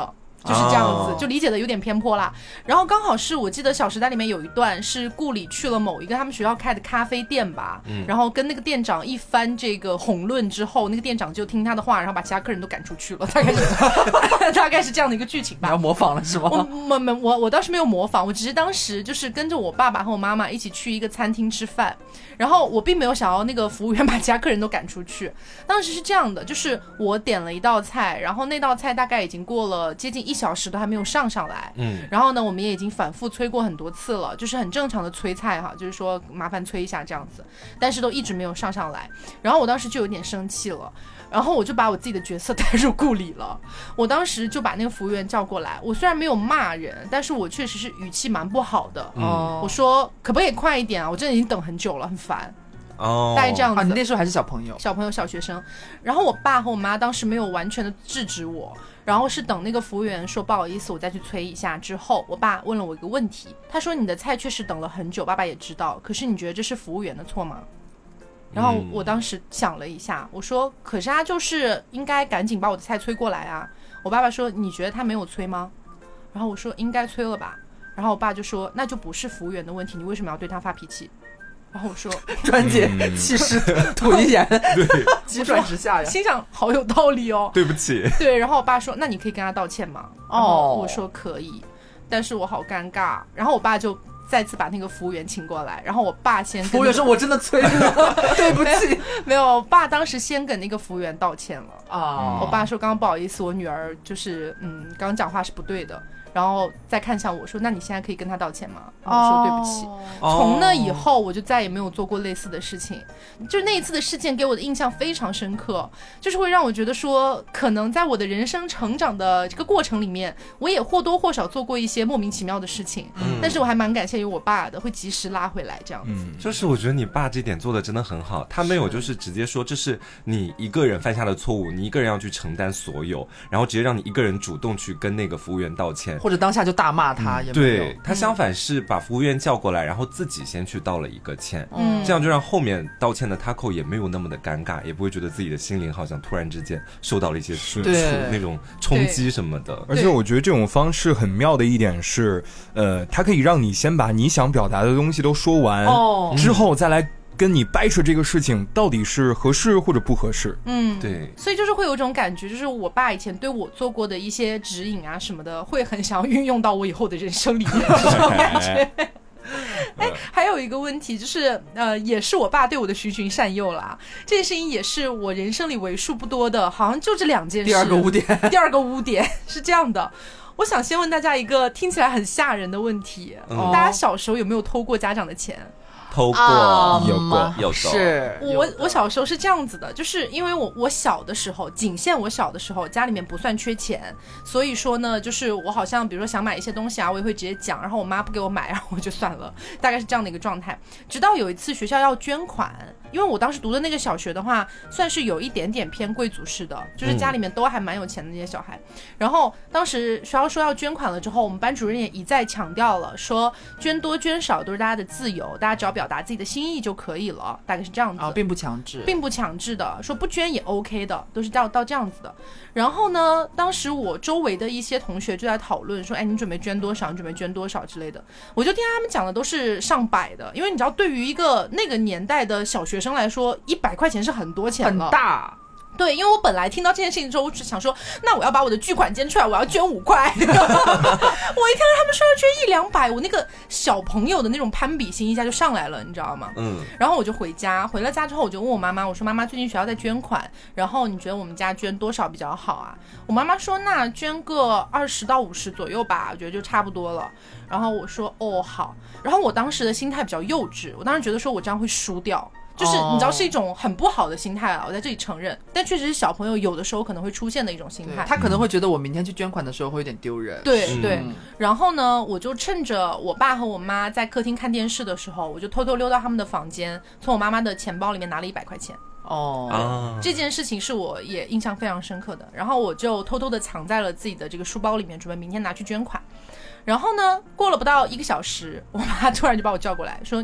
就是这样子， 哦、 就理解的有点偏颇啦。然后刚好是我记得《小时代》里面有一段是顾里去了某一个他们学校开的咖啡店吧，嗯、然后跟那个店长一番这个哄论之后，那个店长就听他的话，然后把其他客人都赶出去了，大概是大概是这样的一个剧情吧。 你要模仿了是吗？ 我我我我倒是没有模仿，我只是当时就是跟着我爸爸和我妈妈一起去一个餐厅吃饭，然后我并没有想要那个服务员把其他客人都赶出去。当时是这样的，就是我点了一道菜，然后那道菜大概已经过了接近一小时都还没有上上来，嗯，然后呢我们也已经反复催过很多次了，就是很正常的催菜哈，就是说麻烦催一下这样子，但是都一直没有上上来，然后我当时就有点生气了，然后我就把我自己的角色带入顾里了，我当时就把那个服务员叫过来，我虽然没有骂人，但是我确实是语气蛮不好的，嗯，我说可不可以快一点啊，我真的已经等很久了，很烦。哦，大概这样子。 啊，你那时候还是小朋友， 小朋友小学生。然后我爸和我妈当时没有完全的制止我，然后是等那个服务员说不好意思，我再去催一下之后，我爸问了我一个问题，他说你的菜确实等了很久，爸爸也知道，可是你觉得这是服务员的错吗？然后我当时想了一下，我说可是他就是应该赶紧把我的菜催过来啊。我爸爸说你觉得他没有催吗？然后我说应该催了吧。然后我爸就说那就不是服务员的问题，你为什么要对他发脾气？然后我说专姐气势吐一言，对，急转直下呀， 心想好有道理哦， 对不起， 对。然后我爸说那你可以跟他道歉吗？哦，我说可以，但是我好尴尬。然后我爸就再次把那个服务员请过来，然后我爸先跟、那个、 服务员说我真的催了对不起， 没有，我爸当时先跟那个服务员道歉了啊、 哦。 我爸说刚刚不好意思，我女儿就是嗯刚刚讲话是不对的，然后再看向我说那你现在可以跟他道歉吗？然后我说对不起、哦、从那以后我就再也没有做过类似的事情，就那一次的事件给我的印象非常深刻，就是会让我觉得说可能在我的人生成长的这个过程里面，我也或多或少做过一些莫名其妙的事情、嗯、但是我还蛮感谢于我爸的，会及时拉回来这样子、嗯、 就是我觉得你爸这点做的真的很好，他没有就是直接说这是你一个人犯下的错误，你一个人要去承担所有，然后直接让你一个人主动去跟那个服务员道歉， 或者当下就大骂他、嗯、也没有， 对，他相反是把服务员叫过来，然后自己先去道了一个歉，嗯，这样就让后面道歉的他扣也没有那么的尴尬，也不会觉得自己的心灵好像突然之间受到了一些那种冲击什么的。 而且我觉得这种方式很妙的一点是，呃，它可以让你先把你想表达的东西都说完，哦，之后再来跟你掰扯这个事情到底是合适或者不合适。 嗯， 对， 所以就是会有一种感觉，就是我爸以前对我做过的一些指引啊什么的，会很想要运用到我以后的人生里面这种感觉哎，还有一个问题就是，呃，也是我爸对我的循循善诱啦。这件事情也是我人生里为数不多的，好像就这两件事。 第二个污点， 第二个污点是这样的。我想先问大家一个听起来很吓人的问题：嗯、大家小时候有没有偷过家长的钱？ 偷过、 嗯、 有过有是我我小时候是这样子的，就是因为我我小的时候，仅限我小的时候家里面不算缺钱，所以说呢就是我好像比如说想买一些东西啊，我也会直接讲，然后我妈不给我买，然后我就算了，大概是这样的一个状态。直到有一次学校要捐款，因为我当时读的那个小学的话算是有一点点偏贵族式的，就是家里面都还蛮有钱的那些小孩、嗯、然后当时学校说要捐款了之后，我们班主任也一再强调了，说捐多捐少都是大家的自由，大家只要表达自己的心意就可以了，大概是这样子、 哦、并不强制并不强制的，说不捐也 OK 的，都是到到这样子的。然后呢当时我周围的一些同学就在讨论说，哎，你准备捐多少你准备捐多少之类的，我就听他们讲的都是上百的，因为你知道对于一个那个年代的小学生来说，一百块钱是很多钱了， 很大。 对，因为我本来听到这件事情之后，我只想说，那我要把我的巨款捐出来，我要捐五块。我一听到他们说要捐一两百，我那个小朋友的那种攀比心一下就上来了，你知道吗？嗯。然后我就回家，回了家之后，我就问我妈妈，我说妈妈，最近学校在捐款，然后你觉得我们家捐多少比较好啊？我妈妈说，那捐个二十到五十左右吧，我觉得就差不多了。然后我说，哦，好。然后我当时的心态比较幼稚，我当时觉得说我这样会输掉。就是你知道是一种很不好的心态啊，我在这里承认，但确实是小朋友有的时候可能会出现的一种心态， 他可能会觉得我明天去捐款的时候会有点丢人。 对对、嗯、然后呢我就趁着我爸和我妈在客厅看电视的时候，我就偷偷溜到他们的房间，从我妈妈的钱包里面拿了一百块钱。哦、啊，这件事情是我也印象非常深刻的，然后我就偷偷的藏在了自己的这个书包里面，准备明天拿去捐款。然后呢过了不到一个小时，我妈突然就把我叫过来说，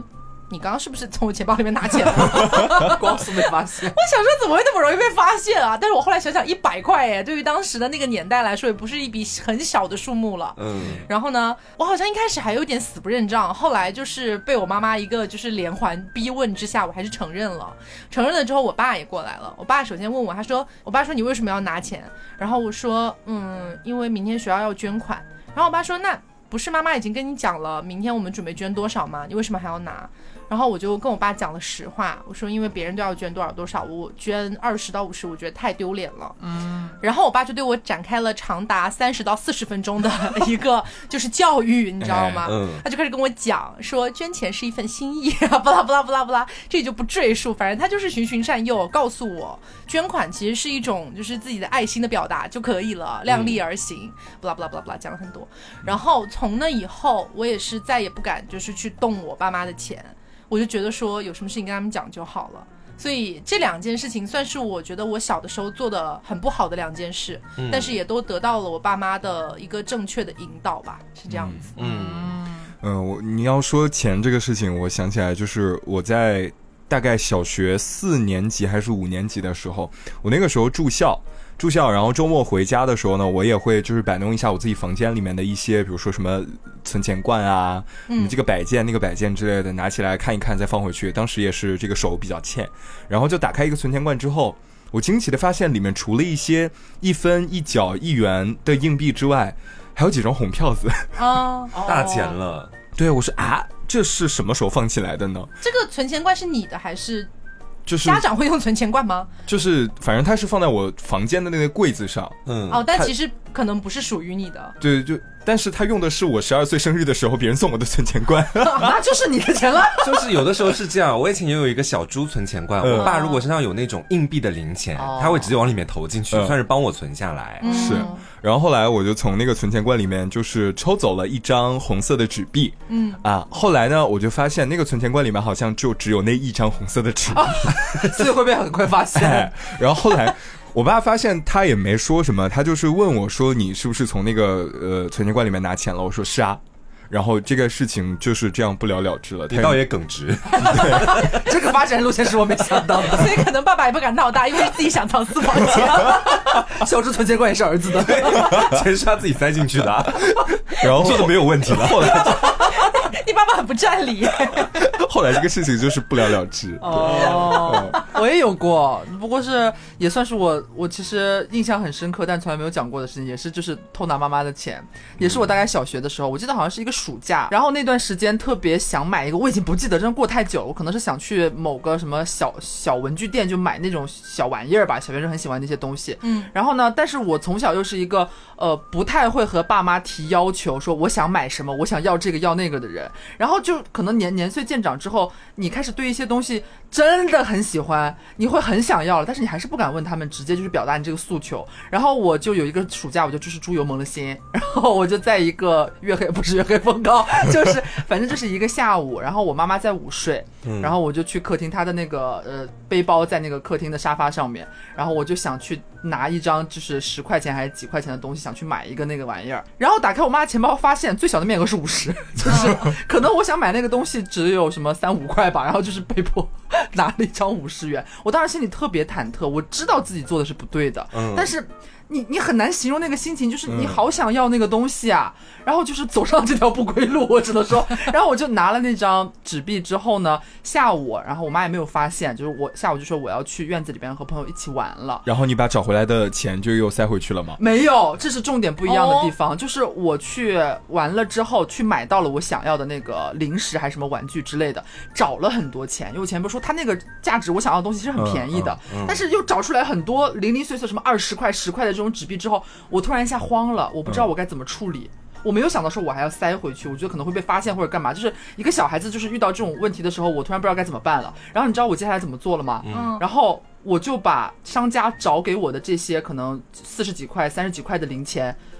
你刚刚是不是从我钱包里面拿钱了？ 光速被发现。 我想说怎么会那么容易被发现啊？但是我后来想想，一百块哎，对于当时的那个年代来说，也不是一笔很小的数目了。嗯。然后呢，我好像一开始还有点死不认账，后来就是被我妈妈一个就是连环逼问之下，我还是承认了。承认了之后，我爸也过来了。我爸首先问我，他说：“我爸说你为什么要拿钱？”然后我说：“嗯，因为明天学校要捐款。”然后我爸说：“那不是妈妈已经跟你讲了，明天我们准备捐多少吗？你为什么还要拿？”然后我就跟我爸讲了实话，我说因为别人都要捐多少多少，我捐二十到五十，我觉得太丢脸了。嗯，然后我爸就对我展开了长达三十到四十分钟的一个就是教育，你知道吗？嗯，他就开始跟我讲说捐钱是一份心意啊，不啦不啦不啦不啦，这就不赘述，反正他就是循循善诱，告诉我捐款其实是一种就是自己的爱心的表达就可以了，量力而行，不啦不啦不啦不啦，讲了很多。然后从那以后，我也是再也不敢就是去动我爸妈的钱。我就觉得说有什么事情跟他们讲就好了，所以这两件事情算是我觉得我小的时候做的很不好的两件事，嗯、但是也都得到了我爸妈的一个正确的引导吧，是这样子。嗯嗯、呃、我你要说钱这个事情，我想起来就是我在大概小学四年级还是五年级的时候，我那个时候住校。住校，然后周末回家的时候呢，我也会就是摆弄一下我自己房间里面的一些，比如说什么存钱罐啊，嗯，这个摆件那个摆件之类的，拿起来看一看再放回去。当时也是这个手比较欠，然后就打开一个存钱罐之后，我惊奇的发现里面除了一些一分一角一元的硬币之外，还有几张红票子啊， 大钱了。 对，我说啊，这是什么时候放起来的呢？ 这个存钱罐是你的还是？ 就是家长会用存钱罐吗？ 就是反正它是放在我房间的那个柜子上， 嗯，哦，但其实可能不是属于你的。 对，就但是他用的是我十二岁生日的时候别人送我的存钱罐， 那就是你的钱了。 就是有的时候是这样，我以前也有一个小猪存钱罐，嗯、我爸如果身上有那种硬币的零钱，哦、他会直接往里面投进去，嗯、算是帮我存下来。 嗯、是，然后后来我就从那个存钱罐里面就是抽走了一张红色的纸币，嗯啊，后来呢我就发现那个存钱罐里面好像就只有那一张红色的纸币，哦、 所以会被很快发现。 哎、然后后来。我爸发现他也没说什么，他就是问我说你是不是从那个呃存钱罐里面拿钱了，我说是啊，然后这个事情就是这样不了了之了。 你倒也耿直。 对，这个发展路线是我没想到的。 所以可能爸爸也不敢闹大，因为自己想藏私房钱。 小猪存钱罐也是儿子的， 钱是他自己塞进去的，然后做的没有问题了。后来你爸爸很不占理。 后来这个事情就是不了了之。 哦，我也有过，不过是也算是我我其实印象很深刻但从来没有讲过的事情，也是就是偷拿妈妈的钱，也是我大概小学的时候，我记得好像是一个暑假，然后那段时间特别想买一个，我已经不记得，真的过太久了，我可能是想去某个什么小小文具店就买那种小玩意儿吧，小学生很喜欢那些东西。嗯，然后呢，但是我从小又是一个呃不太会和爸妈提要求，说我想买什么，我想要这个要那个的人，然后就可能年年岁渐长之后，你开始对一些东西真的很喜欢，你会很想要了，但是你还是不敢问他们，直接就是表达你这个诉求。然后我就有一个暑假，我就就是猪油蒙了心，然后我就在一个月黑不是月黑风高，就是反正就是一个下午，然后我妈妈在午睡，然后我就去客厅，她的那个呃背包在那个客厅的沙发上面，然后我就想去拿一张就是十块钱还是几块钱的东西，想去买一个那个玩意儿，然后打开我妈钱包，发现最小的面额是五十，就是可能我想买那个东西只有什么三五块吧，然后就是被迫拿了一张五十元，我当时心里特别忐忑，我知道自己做的是不对的，嗯、但是你你很难形容那个心情，就是你好想要那个东西啊，嗯、然后就是走上这条不归路，我只能说，然后我就拿了那张纸币之后呢，下午，然后我妈也没有发现，就是我下午就说我要去院子里边和朋友一起玩了， 然后你把找回来的钱就又塞回去了吗？ 没有，这是重点不一样的地方，哦、就是我去玩了之后，去买到了我想要的那个零食还是什么玩具之类的，找了很多钱，因为我前面不是说他那个价值我想要的东西其实很便宜的，嗯嗯嗯、但是又找出来很多零零碎碎什么二十块十块的这种纸币之后，我突然一下慌了，我不知道我该怎么处理。嗯、我没有想到说我还要塞回去，我觉得可能会被发现或者干嘛，就是一个小孩子就是遇到这种问题的时候，我突然不知道该怎么办了。然后你知道我接下来怎么做了吗？嗯，然后我就把商家找给我的这些可能四十几块三十几块的零钱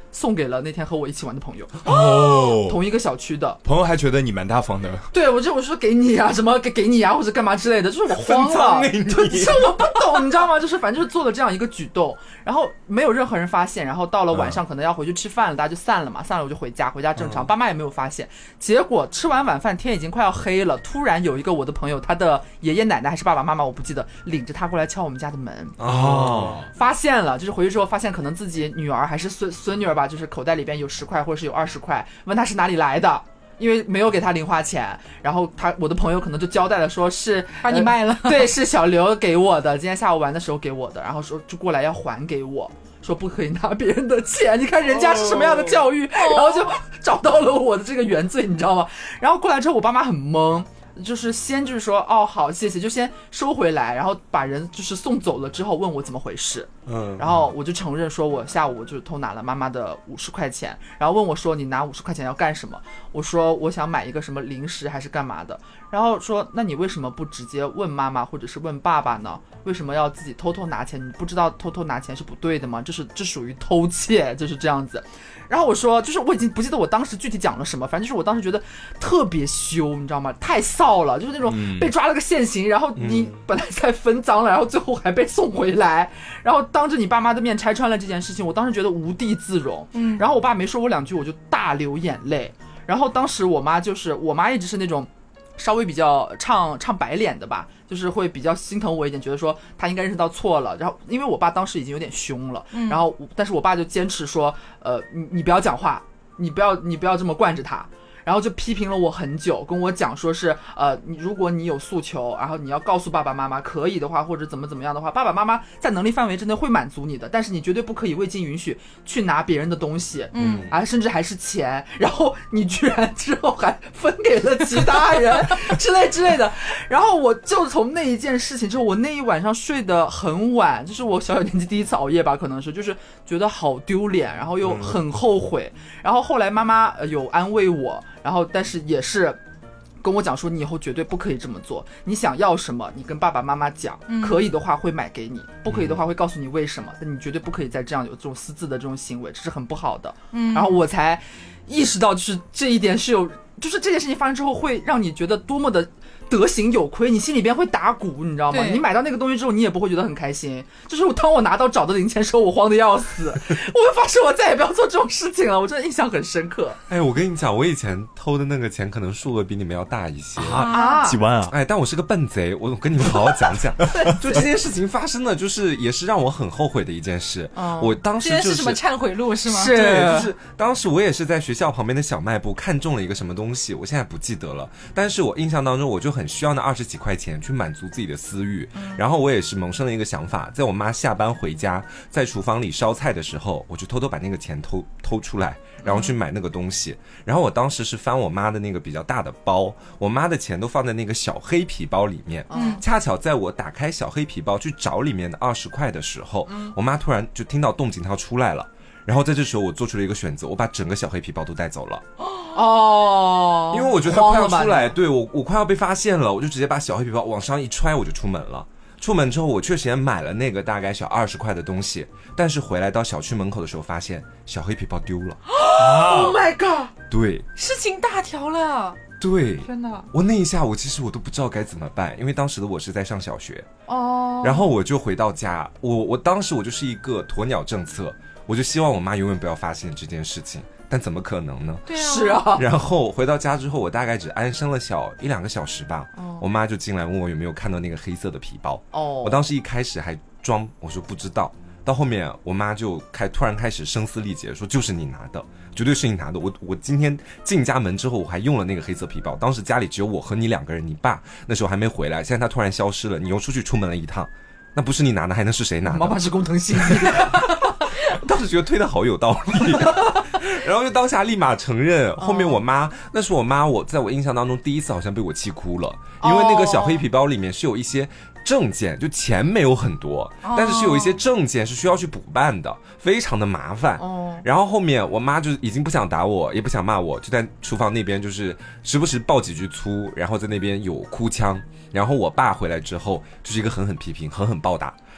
送给了那天和我一起玩的朋友， 哦， 同一个小区的朋友还觉得你蛮大方的， 对我就我说给你啊，什么给给你啊，或者干嘛之类的，就是我慌了， 分赃给你这我不懂，你知道吗？就是反正就是做了这样一个举动，然后没有任何人发现，然后到了晚上可能要回去吃饭了，大家就散了嘛，散了我就回家，回家正常，爸妈也没有发现。结果吃完晚饭天已经快要黑了，突然有一个我的朋友，他的爷爷奶奶还是爸爸妈妈我不记得，领着他过来敲我们家的门， 哦， 发现了，就是回去之后发现可能自己女儿还是孙孙女儿吧，就是口袋里边有十块或者是有二十块，问他是哪里来的。因为没有给他零花钱，然后他我的朋友可能就交代了，说是把你卖了、 呃，对，是小刘给我的，今天下午玩的时候给我的，然后说就过来要还给我，说不可以拿别人的钱，你看人家是什么样的教育，哦、然后就找到了我的这个原罪，你知道吗？然后过来之后，我爸妈很懵。就是先就是说哦好谢谢，就先收回来，然后把人就是送走了之后问我怎么回事，嗯，然后我就承认说我下午就是偷拿了妈妈的五十块钱，然后问我说你拿五十块钱要干什么？我说我想买一个什么零食还是干嘛的，然后说那你为什么不直接问妈妈或者是问爸爸呢？为什么要自己偷偷拿钱？你不知道偷偷拿钱是不对的吗？这是这属于偷窃，就是这样子。然后我说就是我已经不记得我当时具体讲了什么，反正就是我当时觉得特别羞，你知道吗？太臊了，就是那种被抓了个现行，然后你本来在分赃了，然后最后还被送回来，然后当着你爸妈的面拆穿了这件事情，我当时觉得无地自容。嗯，然后我爸没说我两句我就大流眼泪，然后当时我妈就是我妈一直是那种稍微比较唱唱白脸的吧，就是会比较心疼我一点，觉得说他应该认识到错了。然后因为我爸当时已经有点凶了，嗯、然后但是我爸就坚持说，呃，你你不要讲话，你不要你不要这么惯着他。然后就批评了我很久，跟我讲说是呃，你如果你有诉求，然后你要告诉爸爸妈妈，可以的话或者怎么怎么样的话，爸爸妈妈在能力范围之内会满足你的，但是你绝对不可以未经允许去拿别人的东西，嗯，啊，甚至还是钱，然后你居然之后还分给了其他人之类之类的。然后我就从那一件事情之后，我那一晚上睡得很晚，就是我小小年纪第一次熬夜吧，可能是就是觉得好丢脸，然后又很后悔。然后后来妈妈有安慰我。然后但是也是跟我讲说你以后绝对不可以这么做，你想要什么你跟爸爸妈妈讲、嗯、可以的话会买给你，不可以的话会告诉你为什么，但你绝对不可以再这样有这种私自的这种行为，这是很不好的、嗯、然后我才意识到就是这一点是有，就是这件事情发生之后会让你觉得多么的德行有亏，你心里边会打鼓，你知道吗？你买到那个东西之后你也不会觉得很开心，就是我当我拿到找的零钱时候我慌得要死我会发誓我再也不要做这种事情了，我真的印象很深刻。 哎，我跟你讲，我以前偷的那个钱可能数额比你们要大一些啊，几万啊！ 哎，但我是个笨贼，我跟你们好好讲讲就这件事情发生的就是也是让我很后悔的一件事、哦、我当时就是这是什么忏悔录是吗？ 是， 对，就是当时我也是在学校旁边的小卖部看中了一个什么东西，我现在不记得了，但是我印象当中我就很需要那二十几块钱去满足自己的私欲、嗯、然后我也是萌生了一个想法，在我妈下班回家在厨房里烧菜的时候，我就偷偷把那个钱偷偷出来，然后去买那个东西、嗯、然后我当时是翻我妈的那个比较大的包，我妈的钱都放在那个小黑皮包里面、嗯、恰巧在我打开小黑皮包去找里面的二十块的时候、嗯、我妈突然就听到动静，她出来了，然后在这时候我做出了一个选择，我把整个小黑皮包都带走了。 哦， 因为我觉得他快要出来，对，我我快要被发现了，我就直接把小黑皮包往上一揣，我就出门了。出门之后我确实也买了那个大概小二十块的东西，但是回来到小区门口的时候发现小黑皮包丢了。 Oh my god， 对， 事情大条了。 对， 天哪！ 我那一下我其实我都不知道该怎么办，因为当时的我是在上小学哦，然后我就回到家，我我当时我就是一个鸵鸟政策，我就希望我妈永远不要发现这件事情，但怎么可能呢？ 对啊， 是啊。 然后回到家之后，我大概只安生了小一两个小时吧，哦、我妈就进来问我有没有看到那个黑色的皮包。哦，我当时一开始还装，我说不知道。到后面我妈就开突然开始声嘶力竭说就是你拿的，绝对是你拿的，我我今天进家门之后我还用了那个黑色皮包，当时家里只有我和你两个人，你爸那时候还没回来，现在他突然消失了，你又出去出门了一趟，那不是你拿的还能是谁拿的？ 妈妈是工藤新一当时觉得推的好有道理然后就当下立马承认，后面我妈、哦、那是我妈我在我印象当中第一次好像被我气哭了，因为那个小黑皮包里面是有一些证件，就钱没有很多、哦、但是是有一些证件是需要去补办的，非常的麻烦、哦、然后后面我妈就已经不想打我也不想骂我，就在厨房那边就是时不时爆几句粗，然后在那边有哭腔，然后我爸回来之后就是一个狠狠批评狠狠暴打，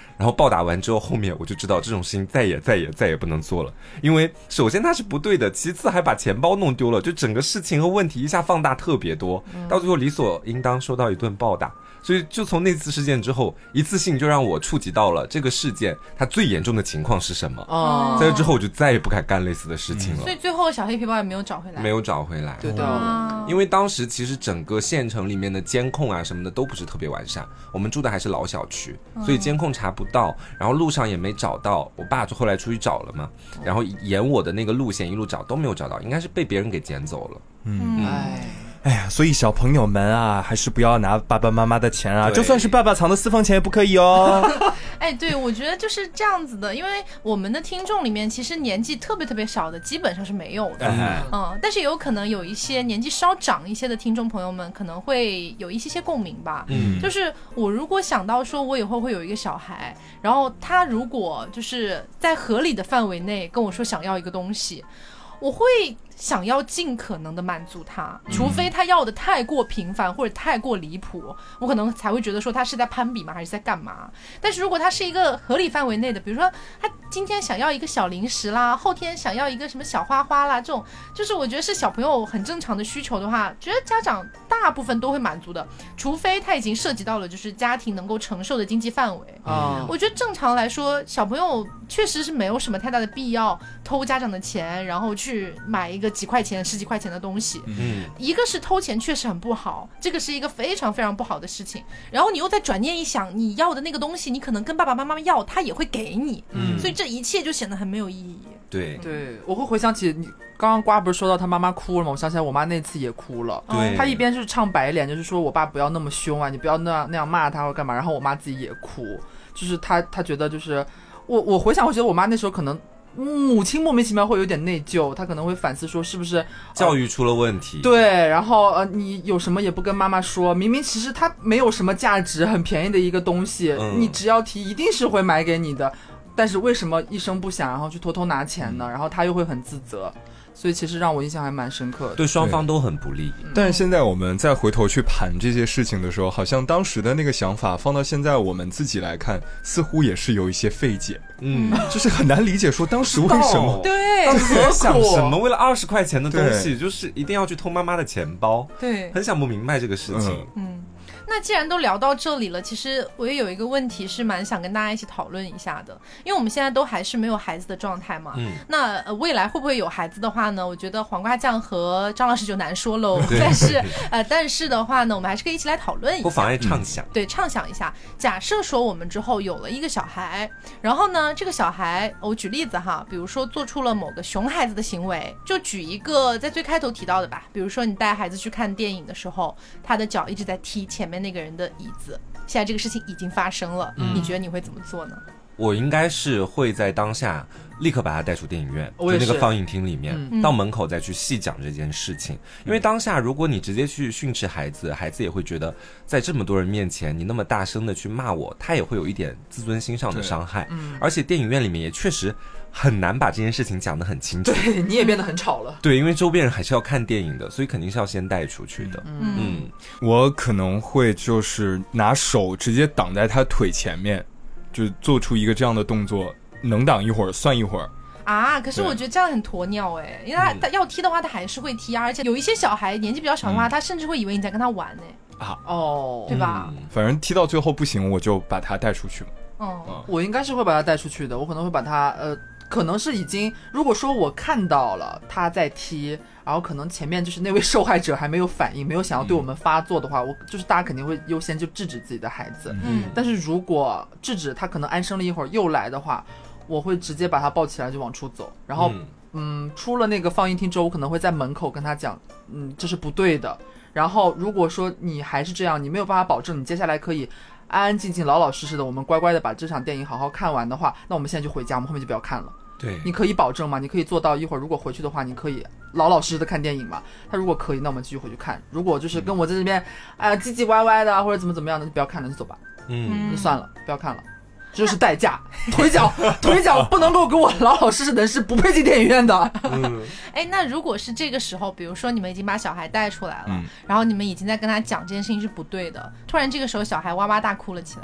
然后暴打完之后，后面我就知道这种事情再也再也再也不能做了，因为首先他是不对的，其次还把钱包弄丢了，就整个事情和问题一下放大特别多，到最后理所应当受到一顿暴打。所以就从那次事件之后，一次性就让我触及到了这个事件它最严重的情况是什么。哦，在这之后我就再也不敢干类似的事情了。 所以最后小黑皮包也没有找回来。 没有找回来。 对的、 哦， 因为当时其实整个县城里面的监控啊什么的都不是特别完善，我们住的还是老小区，所以监控查不到，然后路上也没找到。我爸就后来出去找了嘛，然后沿我的那个路线一路找都没有找到，应该是被别人给捡走了。 嗯，哎。哎呀，所以小朋友们啊，还是不要拿爸爸妈妈的钱啊，就算是爸爸藏的私房钱也不可以哦。 哎，对，我觉得就是这样子的，因为我们的听众里面其实年纪特别特别小的基本上是没有的，嗯，嗯但是有可能有一些年纪稍长一些的听众朋友们可能会有一些些共鸣吧。嗯，就是我如果想到说我以后会有一个小孩，然后他如果就是在合理的范围内跟我说想要一个东西，我会想要尽可能的满足他，除非他要的太过频繁或者太过离谱，我可能才会觉得说他是在攀比吗还是在干嘛。但是如果他是一个合理范围内的，比如说他今天想要一个小零食啦，后天想要一个什么小花花啦，这种就是我觉得是小朋友很正常的需求的话，觉得家长大部分都会满足的，除非他已经涉及到了就是家庭能够承受的经济范围。嗯，我觉得正常来说小朋友确实是没有什么太大的必要偷家长的钱然后去买一个几块钱十几块钱的东西。嗯，一个是偷钱确实很不好，这个是一个非常非常不好的事情，然后你又再转念一想，你要的那个东西你可能跟爸爸妈妈要他也会给你。嗯，所以这一切就显得很没有意义。 对对，我会回想起你刚刚瓜不是说到他妈妈哭了吗？我想起来我妈那次也哭了。 对， 她一边是唱白脸，就是说我爸不要那么凶啊，你不要那样那样骂他或干嘛，然后我妈自己也哭，就是她她觉得就是我我回想我觉得我妈那时候可能母亲莫名其妙会有点内疚，她可能会反思说是不是教育出了问题。呃、 对，然后呃你有什么也不跟妈妈说，明明其实它没有什么价值，很便宜的一个东西，嗯、你只要提一定是会买给你的，但是为什么一声不响然后去偷偷拿钱呢？然后她又会很自责。所以其实让我印象还蛮深刻的， 对双方都很不利。 但是现在我们再回头去盘这些事情的时候，好像当时的那个想法放到现在我们自己来看，似乎也是有一些费解。嗯，就是很难理解说当时为什么， 对， 当时在想什么？为了二十块钱的东西，就是一定要去偷妈妈的钱包。 对， 很想不明白这个事情。 嗯。嗯那既然都聊到这里了，其实我也有一个问题是蛮想跟大家一起讨论一下的，因为我们现在都还是没有孩子的状态嘛。嗯。那、呃、未来会不会有孩子的话呢？我觉得黄瓜酱和张老师就难说喽。但是呃，但是的话呢，我们还是可以一起来讨论一下， 不妨碍畅想、嗯。 对，畅想一下。假设说我们之后有了一个小孩，然后呢，这个小孩，我举例子哈，比如说做出了某个熊孩子的行为，就举一个在最开头提到的吧，比如说你带孩子去看电影的时候，他的脚一直在踢前面那个人的椅子，现在这个事情已经发生了、嗯、你觉得你会怎么做呢？ 我应该是会在当下立刻把他带出电影院，就那个放映厅里面、嗯、到门口再去细讲这件事情、嗯、因为当下如果你直接去训斥孩子，孩子也会觉得在这么多人面前你那么大声的去骂我，他也会有一点自尊心上的伤害、嗯、而且电影院里面也确实很难把这件事情讲得很清楚， 对，你也变得很吵了。 对，因为周边人还是要看电影的，所以肯定是要先带出去的。嗯， 嗯我可能会就是拿手直接挡在他腿前面，就做出一个这样的动作，能挡一会儿算一会儿。 啊，可是我觉得这样很鸵鸟哎，因为他、嗯、他要踢的话他还是会踢，而且有一些小孩年纪比较小的话、嗯、他甚至会以为你在跟他玩哎。啊哦，对吧、嗯？ 反正踢到最后不行，我就把他带出去嘛。 嗯，嗯我应该是会把他带出去的，我可能会把他呃。可能是已经，如果说我看到了他在踢，然后可能前面就是那位受害者还没有反应，没有想要对我们发作的话，我就是大家肯定会优先就制止自己的孩子。嗯，但是如果制止他可能安生了一会儿又来的话，我会直接把他抱起来就往出走，然后 嗯, 嗯出了那个放映厅之后，我可能会在门口跟他讲，嗯，这是不对的。然后如果说你还是这样，你没有办法保证你接下来可以安安静静老老实实的我们乖乖的把这场电影好好看完的话，那我们现在就回家，我们后面就不要看了。 对， 你可以保证吗？你可以做到一会儿如果回去的话你可以老老实实的看电影吗？他如果可以，那我们继续回去看，如果就是跟我在这边哎呀唧唧歪歪的或者怎么怎么样的，就不要看了，就走吧。嗯，就算了，不要看了，这就是代价。腿脚腿脚不能够给我老老实实的，是不配进电影院的。 嗯，哎，那如果是这个时候，比如说你们已经把小孩带出来了、嗯、然后你们已经在跟他讲这件事情是不对的，突然这个时候小孩哇哇大哭了起来，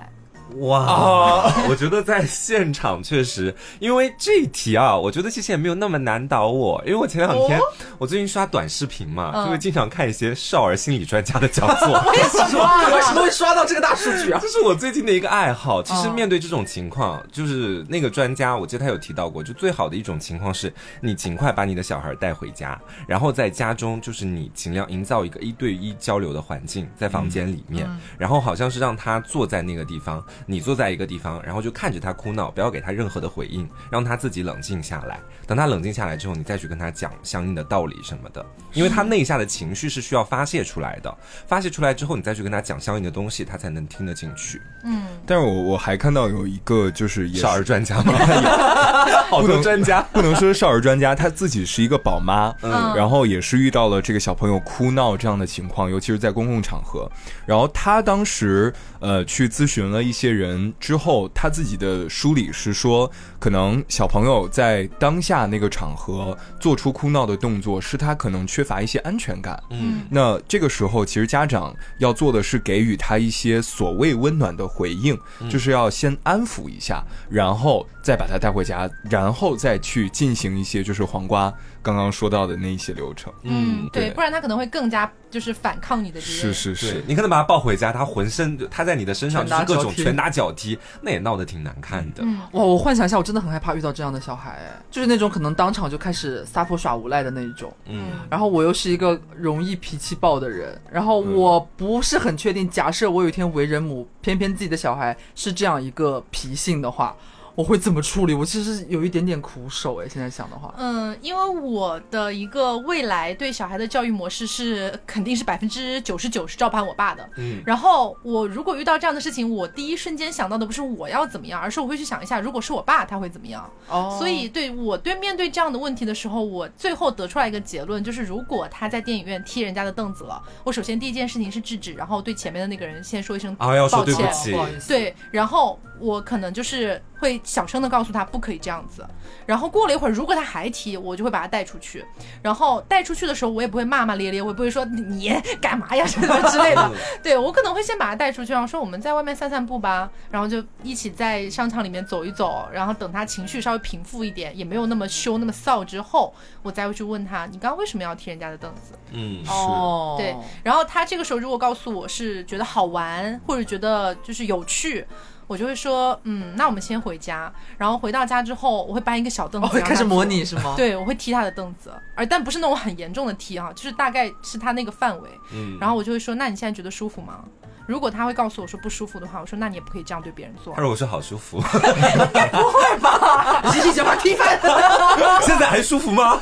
哇、哦，我觉得在现场确实，因为这一题啊，我觉得其实也没有那么难倒我，因为我前两天、哦、我最近刷短视频嘛，嗯、就会经常看一些少儿心理专家的讲座。 为什么？为什么会刷到这个大数据啊？ 这是我最近的一个爱好。其实面对这种情况，嗯、就是那个专家，我记得他有提到过，就最好的一种情况是你尽快把你的小孩带回家，然后在家中就是你尽量营造一个一对一交流的环境，在房间里面，嗯、然后好像是让他坐在那个地方。你坐在一个地方，然后就看着他哭闹，不要给他任何的回应，让他自己冷静下来。等他冷静下来之后，你再去跟他讲相应的道理什么的，因为他内下的情绪是需要发泄出来的，发泄出来之后，你再去跟他讲相应的东西，他才能听得进去。 嗯，但是我我还看到有一个就是也少儿专家吗？好多专家， 不能说少儿专家，他自己是一个宝妈，嗯，然后也是遇到了这个小朋友哭闹这样的情况，尤其是在公共场合，然后他当时呃去咨询了一些人之后，他自己的梳理是说，可能小朋友在当下那个场合做出哭闹的动作，是他可能缺乏一些安全感。嗯，那这个时候其实家长要做的是给予他一些所谓温暖的回应，嗯、就是要先安抚一下，然后再把他带回家，然后再去进行一些就是黄瓜刚刚说到的那一些流程。 嗯，对，对，不然他可能会更加就是反抗你的这是些。 是是， 你可能把他抱回家，他浑身他在你的身上就是各种拳打脚踢，那也闹得挺难看的。 嗯，哇，我幻想一下，我真的很害怕遇到这样的小孩，哎，就是那种可能当场就开始撒泼耍无赖的那一种。嗯，然后我又是一个容易脾气暴的人，然后我不是很确定，假设我有一天为人母，偏偏自己的小孩是这样一个脾性的话，我会怎么处理？我其实有一点点苦手哎，现在想的话， 嗯，因为我的一个未来对小孩的教育模式是肯定是百分之九十九是照搬我爸的，嗯，然后我如果遇到这样的事情，我第一瞬间想到的不是我要怎么样，而是我会去想一下，如果是我爸他会怎么样。哦，所以对我对面对这样的问题的时候，我最后得出来一个结论，就是如果他在电影院踢人家的凳子了，我首先第一件事情是制止，然后对前面的那个人先说一声抱歉， 啊，要说对不起， 对，然后我可能就是会小声的告诉他不可以这样子，然后过了一会儿，如果他还踢，我就会把他带出去，然后带出去的时候，我也不会骂骂咧咧，我也不会说你干嘛呀什么之类的，对，我可能会先把他带出去，然后说我们在外面散散步吧，然后就一起在商场里面走一走，然后等他情绪稍微平复一点，也没有那么凶那么臊之后，我再会去问他，你刚刚为什么要踢人家的凳子？ 嗯， 哦， 对，然后他这个时候如果告诉我是觉得好玩，或者觉得就是有趣，我就会说，嗯，那我们先回家。然后回到家之后，我会搬一个小凳子， 我会开始模拟是吗？ 对，我会踢他的凳子，而但不是那种很严重的踢哈，就是大概是他那个范围。嗯，然后我就会说，那你现在觉得舒服吗？如果他会告诉我说不舒服的话，我说那你也不可以这样对别人做。 他如果说好舒服， 应该不会吧？ 你先把踢翻， 现在还舒服吗？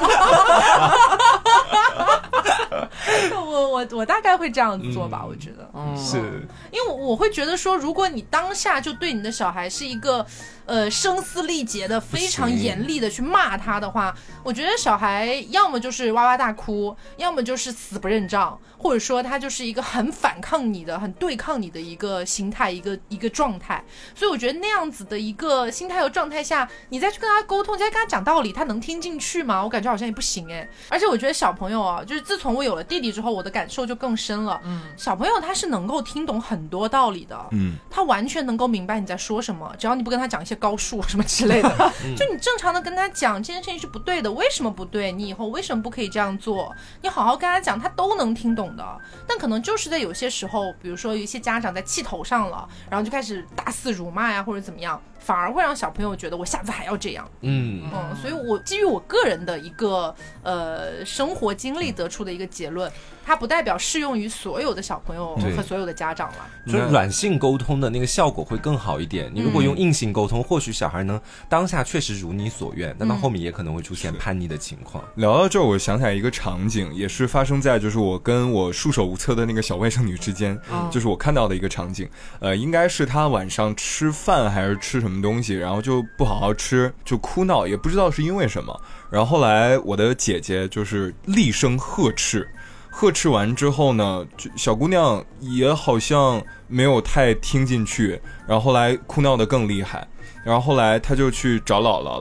我我我大概会这样子做吧，嗯、我觉得， 嗯，是因为我会觉得说，如果你当下就对你的小孩是一个呃声嘶力竭的、非常严厉的去骂他的话，我觉得小孩要么就是哇哇大哭，要么就是死不认账，或者说他就是一个很反抗你的、很对抗你的一个心态、一个一个状态。所以我觉得那样子的一个心态和状态下，你再去跟他沟通，再跟他讲道理，他能听进去吗？我感觉好像也不行哎。而且我觉得小朋友啊，就是自从我有了弟弟之后，我的感受就更深了。嗯，小朋友他是能够听懂很多道理的，嗯，他完全能够明白你在说什么，只要你不跟他讲一些高数什么之类的，就你正常的跟他讲这件事情是不对的，为什么不对？你以后为什么不可以这样做？你好好跟他讲，他都能听懂的。但可能就是在有些时候，比如说有一些家长在气头上了，然后就开始大肆辱骂呀，或者怎么样，反而会让小朋友觉得我下次还要这样。嗯嗯，所以我基于我个人的一个呃生活经历得出的一个结论，它不代表适用于所有的小朋友和所有的家长了。 就是软性沟通的那个效果会更好一点。你如果用硬性沟通，或许小孩呢当下确实如你所愿，但到后面也可能会出现叛逆的情况。 聊到这儿，我想起来一个场景，也是发生在就是我跟我束手无策的那个小外甥女之间，嗯、就是我看到的一个场景。呃，应该是她晚上吃饭还是吃什么东西，然后就不好好吃，就哭闹，也不知道是因为什么。然后后来我的姐姐就是厉声呵斥。呵斥完之后呢，小姑娘也好像没有太听进去，然后后来哭闹得更厉害，然后后来她就去找姥姥了。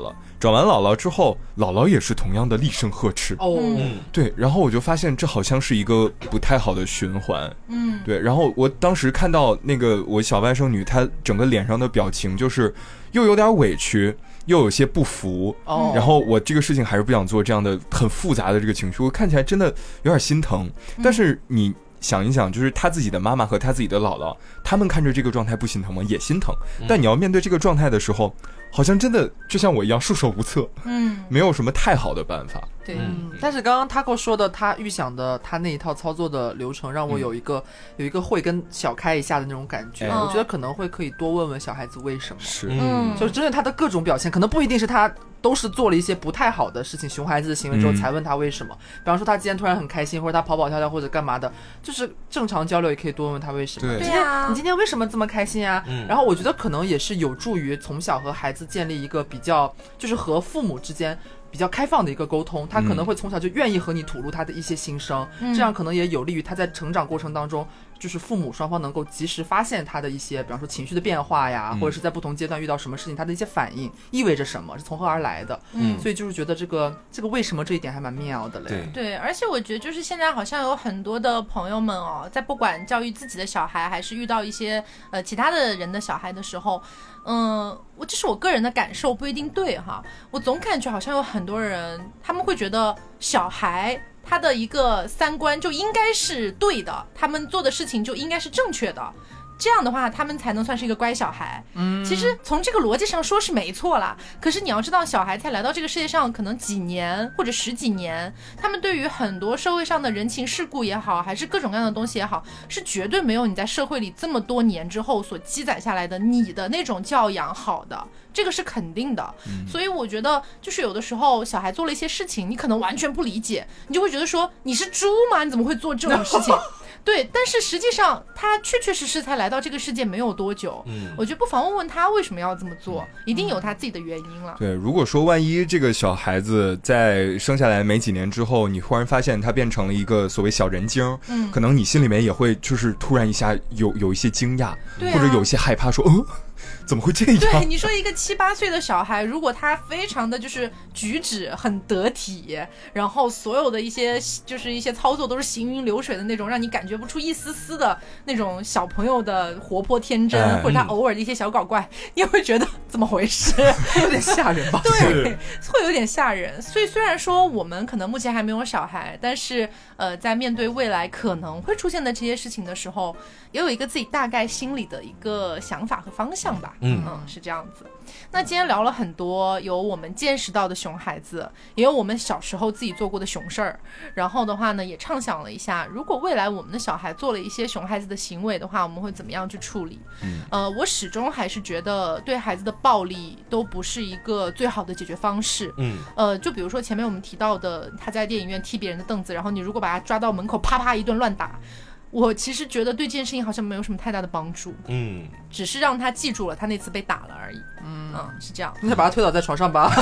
找完姥姥之后，姥姥也是同样的厉声呵斥。 哦， 嗯， 对，然后我就发现这好像是一个不太好的循环。 嗯， 对，然后我当时看到那个我小外甥女，她整个脸上的表情就是又有点委屈，又有些不服。 哦， 然后我这个事情还是不想做，这样的很复杂的这个情绪，我看起来真的有点心疼。但是你想一想，就是他自己的妈妈和他自己的姥姥，他们看着这个状态不心疼吗？也心疼。但你要面对这个状态的时候，好像真的就像我一样束手无策， 嗯， 没有什么太好的办法。 对， 嗯，但是刚刚 Taco 说的他预想的他那一套操作的流程，让我有一个、嗯、有一个会跟小开一下的那种感觉、 哎、 我觉得可能会可以多问问小孩子为什么， 是， 嗯， 就是针对他的各种表现，可能不一定是他都是做了一些不太好的事情，熊孩子的行为之后才问他为什么、嗯、比方说他今天突然很开心，或者他跑跑跳跳或者干嘛的，就是正常交流也可以多问问他为什么。 对， 今天你今天为什么这么开心啊、嗯、然后我觉得可能也是有助于从小和孩子建立一个比较就是和父母之间比较开放的一个沟通，他可能会从小就愿意和你吐露他的一些心声、嗯、这样可能也有利于他在成长过程当中，就是父母双方能够及时发现他的一些比方说情绪的变化呀、嗯、或者是在不同阶段遇到什么事情他的一些反应意味着什么，是从何而来的。嗯，所以就是觉得这个这个为什么这一点还蛮妙的嘞。 对对，而且我觉得就是现在好像有很多的朋友们哦，在不管教育自己的小孩还是遇到一些呃其他的人的小孩的时候，嗯，我这是我个人的感受，不一定对哈。我总感觉好像有很多人他们会觉得小孩他的一个三观就应该是对的，他们做的事情就应该是正确的，这样的话他们才能算是一个乖小孩。嗯，其实从这个逻辑上说是没错啦，可是你要知道小孩才来到这个世界上可能几年或者十几年，他们对于很多社会上的人情世故也好，还是各种各样的东西也好，是绝对没有你在社会里这么多年之后所积攒下来的你的那种教养好的，这个是肯定的、嗯、所以我觉得就是有的时候小孩做了一些事情你可能完全不理解，你就会觉得说你是猪吗？你怎么会做这种事情对，但是实际上他确确实实才来到这个世界没有多久、嗯、我觉得不妨问问他为什么要这么做、嗯、一定有他自己的原因了。 对，如果说万一这个小孩子在生下来没几年之后，你忽然发现他变成了一个所谓小人精，嗯，可能你心里面也会就是突然一下有有一些惊讶、啊、或者有一些害怕说嗯怎么会这样？ 对，你说一个七八岁的小孩，如果他非常的就是举止很得体，然后所有的一些就是一些操作都是行云流水的那种，让你感觉不出一丝丝的那种小朋友的活泼天真、哎、或者他偶尔的一些小搞怪、嗯、你也会觉得怎么回事有点吓人吧对，会有点吓人。所以虽然说我们可能目前还没有小孩，但是呃，在面对未来可能会出现的这些事情的时候，也有一个自己大概心里的一个想法和方向吧。嗯嗯，是这样子。那今天聊了很多，有我们见识到的熊孩子，也有我们小时候自己做过的熊事儿。然后的话呢，也畅想了一下，如果未来我们的小孩做了一些熊孩子的行为的话，我们会怎么样去处理？嗯，呃，我始终还是觉得对孩子的暴力都不是一个最好的解决方式。嗯，呃，就比如说前面我们提到的，他在电影院踢别人的凳子，然后你如果把他抓到门口，啪啪一顿乱打。我其实觉得对这件事情好像没有什么太大的帮助，嗯，只是让他记住了他那次被打了而已，嗯, 嗯是这样。 那把他推倒在床上吧。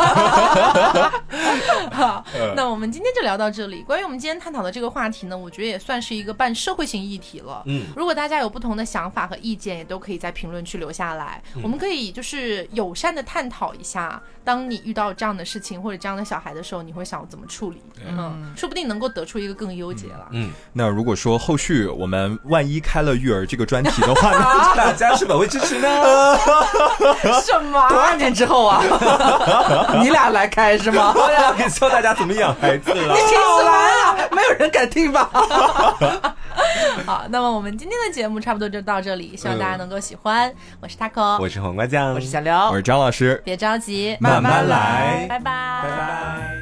好，那我们今天就聊到这里。关于我们今天探讨的这个话题呢，我觉得也算是一个半社会性议题了。嗯，如果大家有不同的想法和意见，也都可以在评论区留下来，嗯、我们可以就是友善的探讨一下，当你遇到这样的事情或者这样的小孩的时候，你会想怎么处理？嗯，说不定能够得出一个更优解了。 嗯，那如果说后续我们万一开了育儿这个专题的话呢，大家是否会支持呢？ 什么？ 多少年之后啊？你俩来开是吗？ 我俩可以教大家怎么养孩子了。 你听什么啊？没有人敢听吧？ 好，那么我们今天的节目差不多就到这里，希望大家能够喜欢。嗯、我是 Taco， 我是黄瓜酱， 我是小刘， 我是张老师。 别着急， 慢慢来， 拜拜， 拜拜。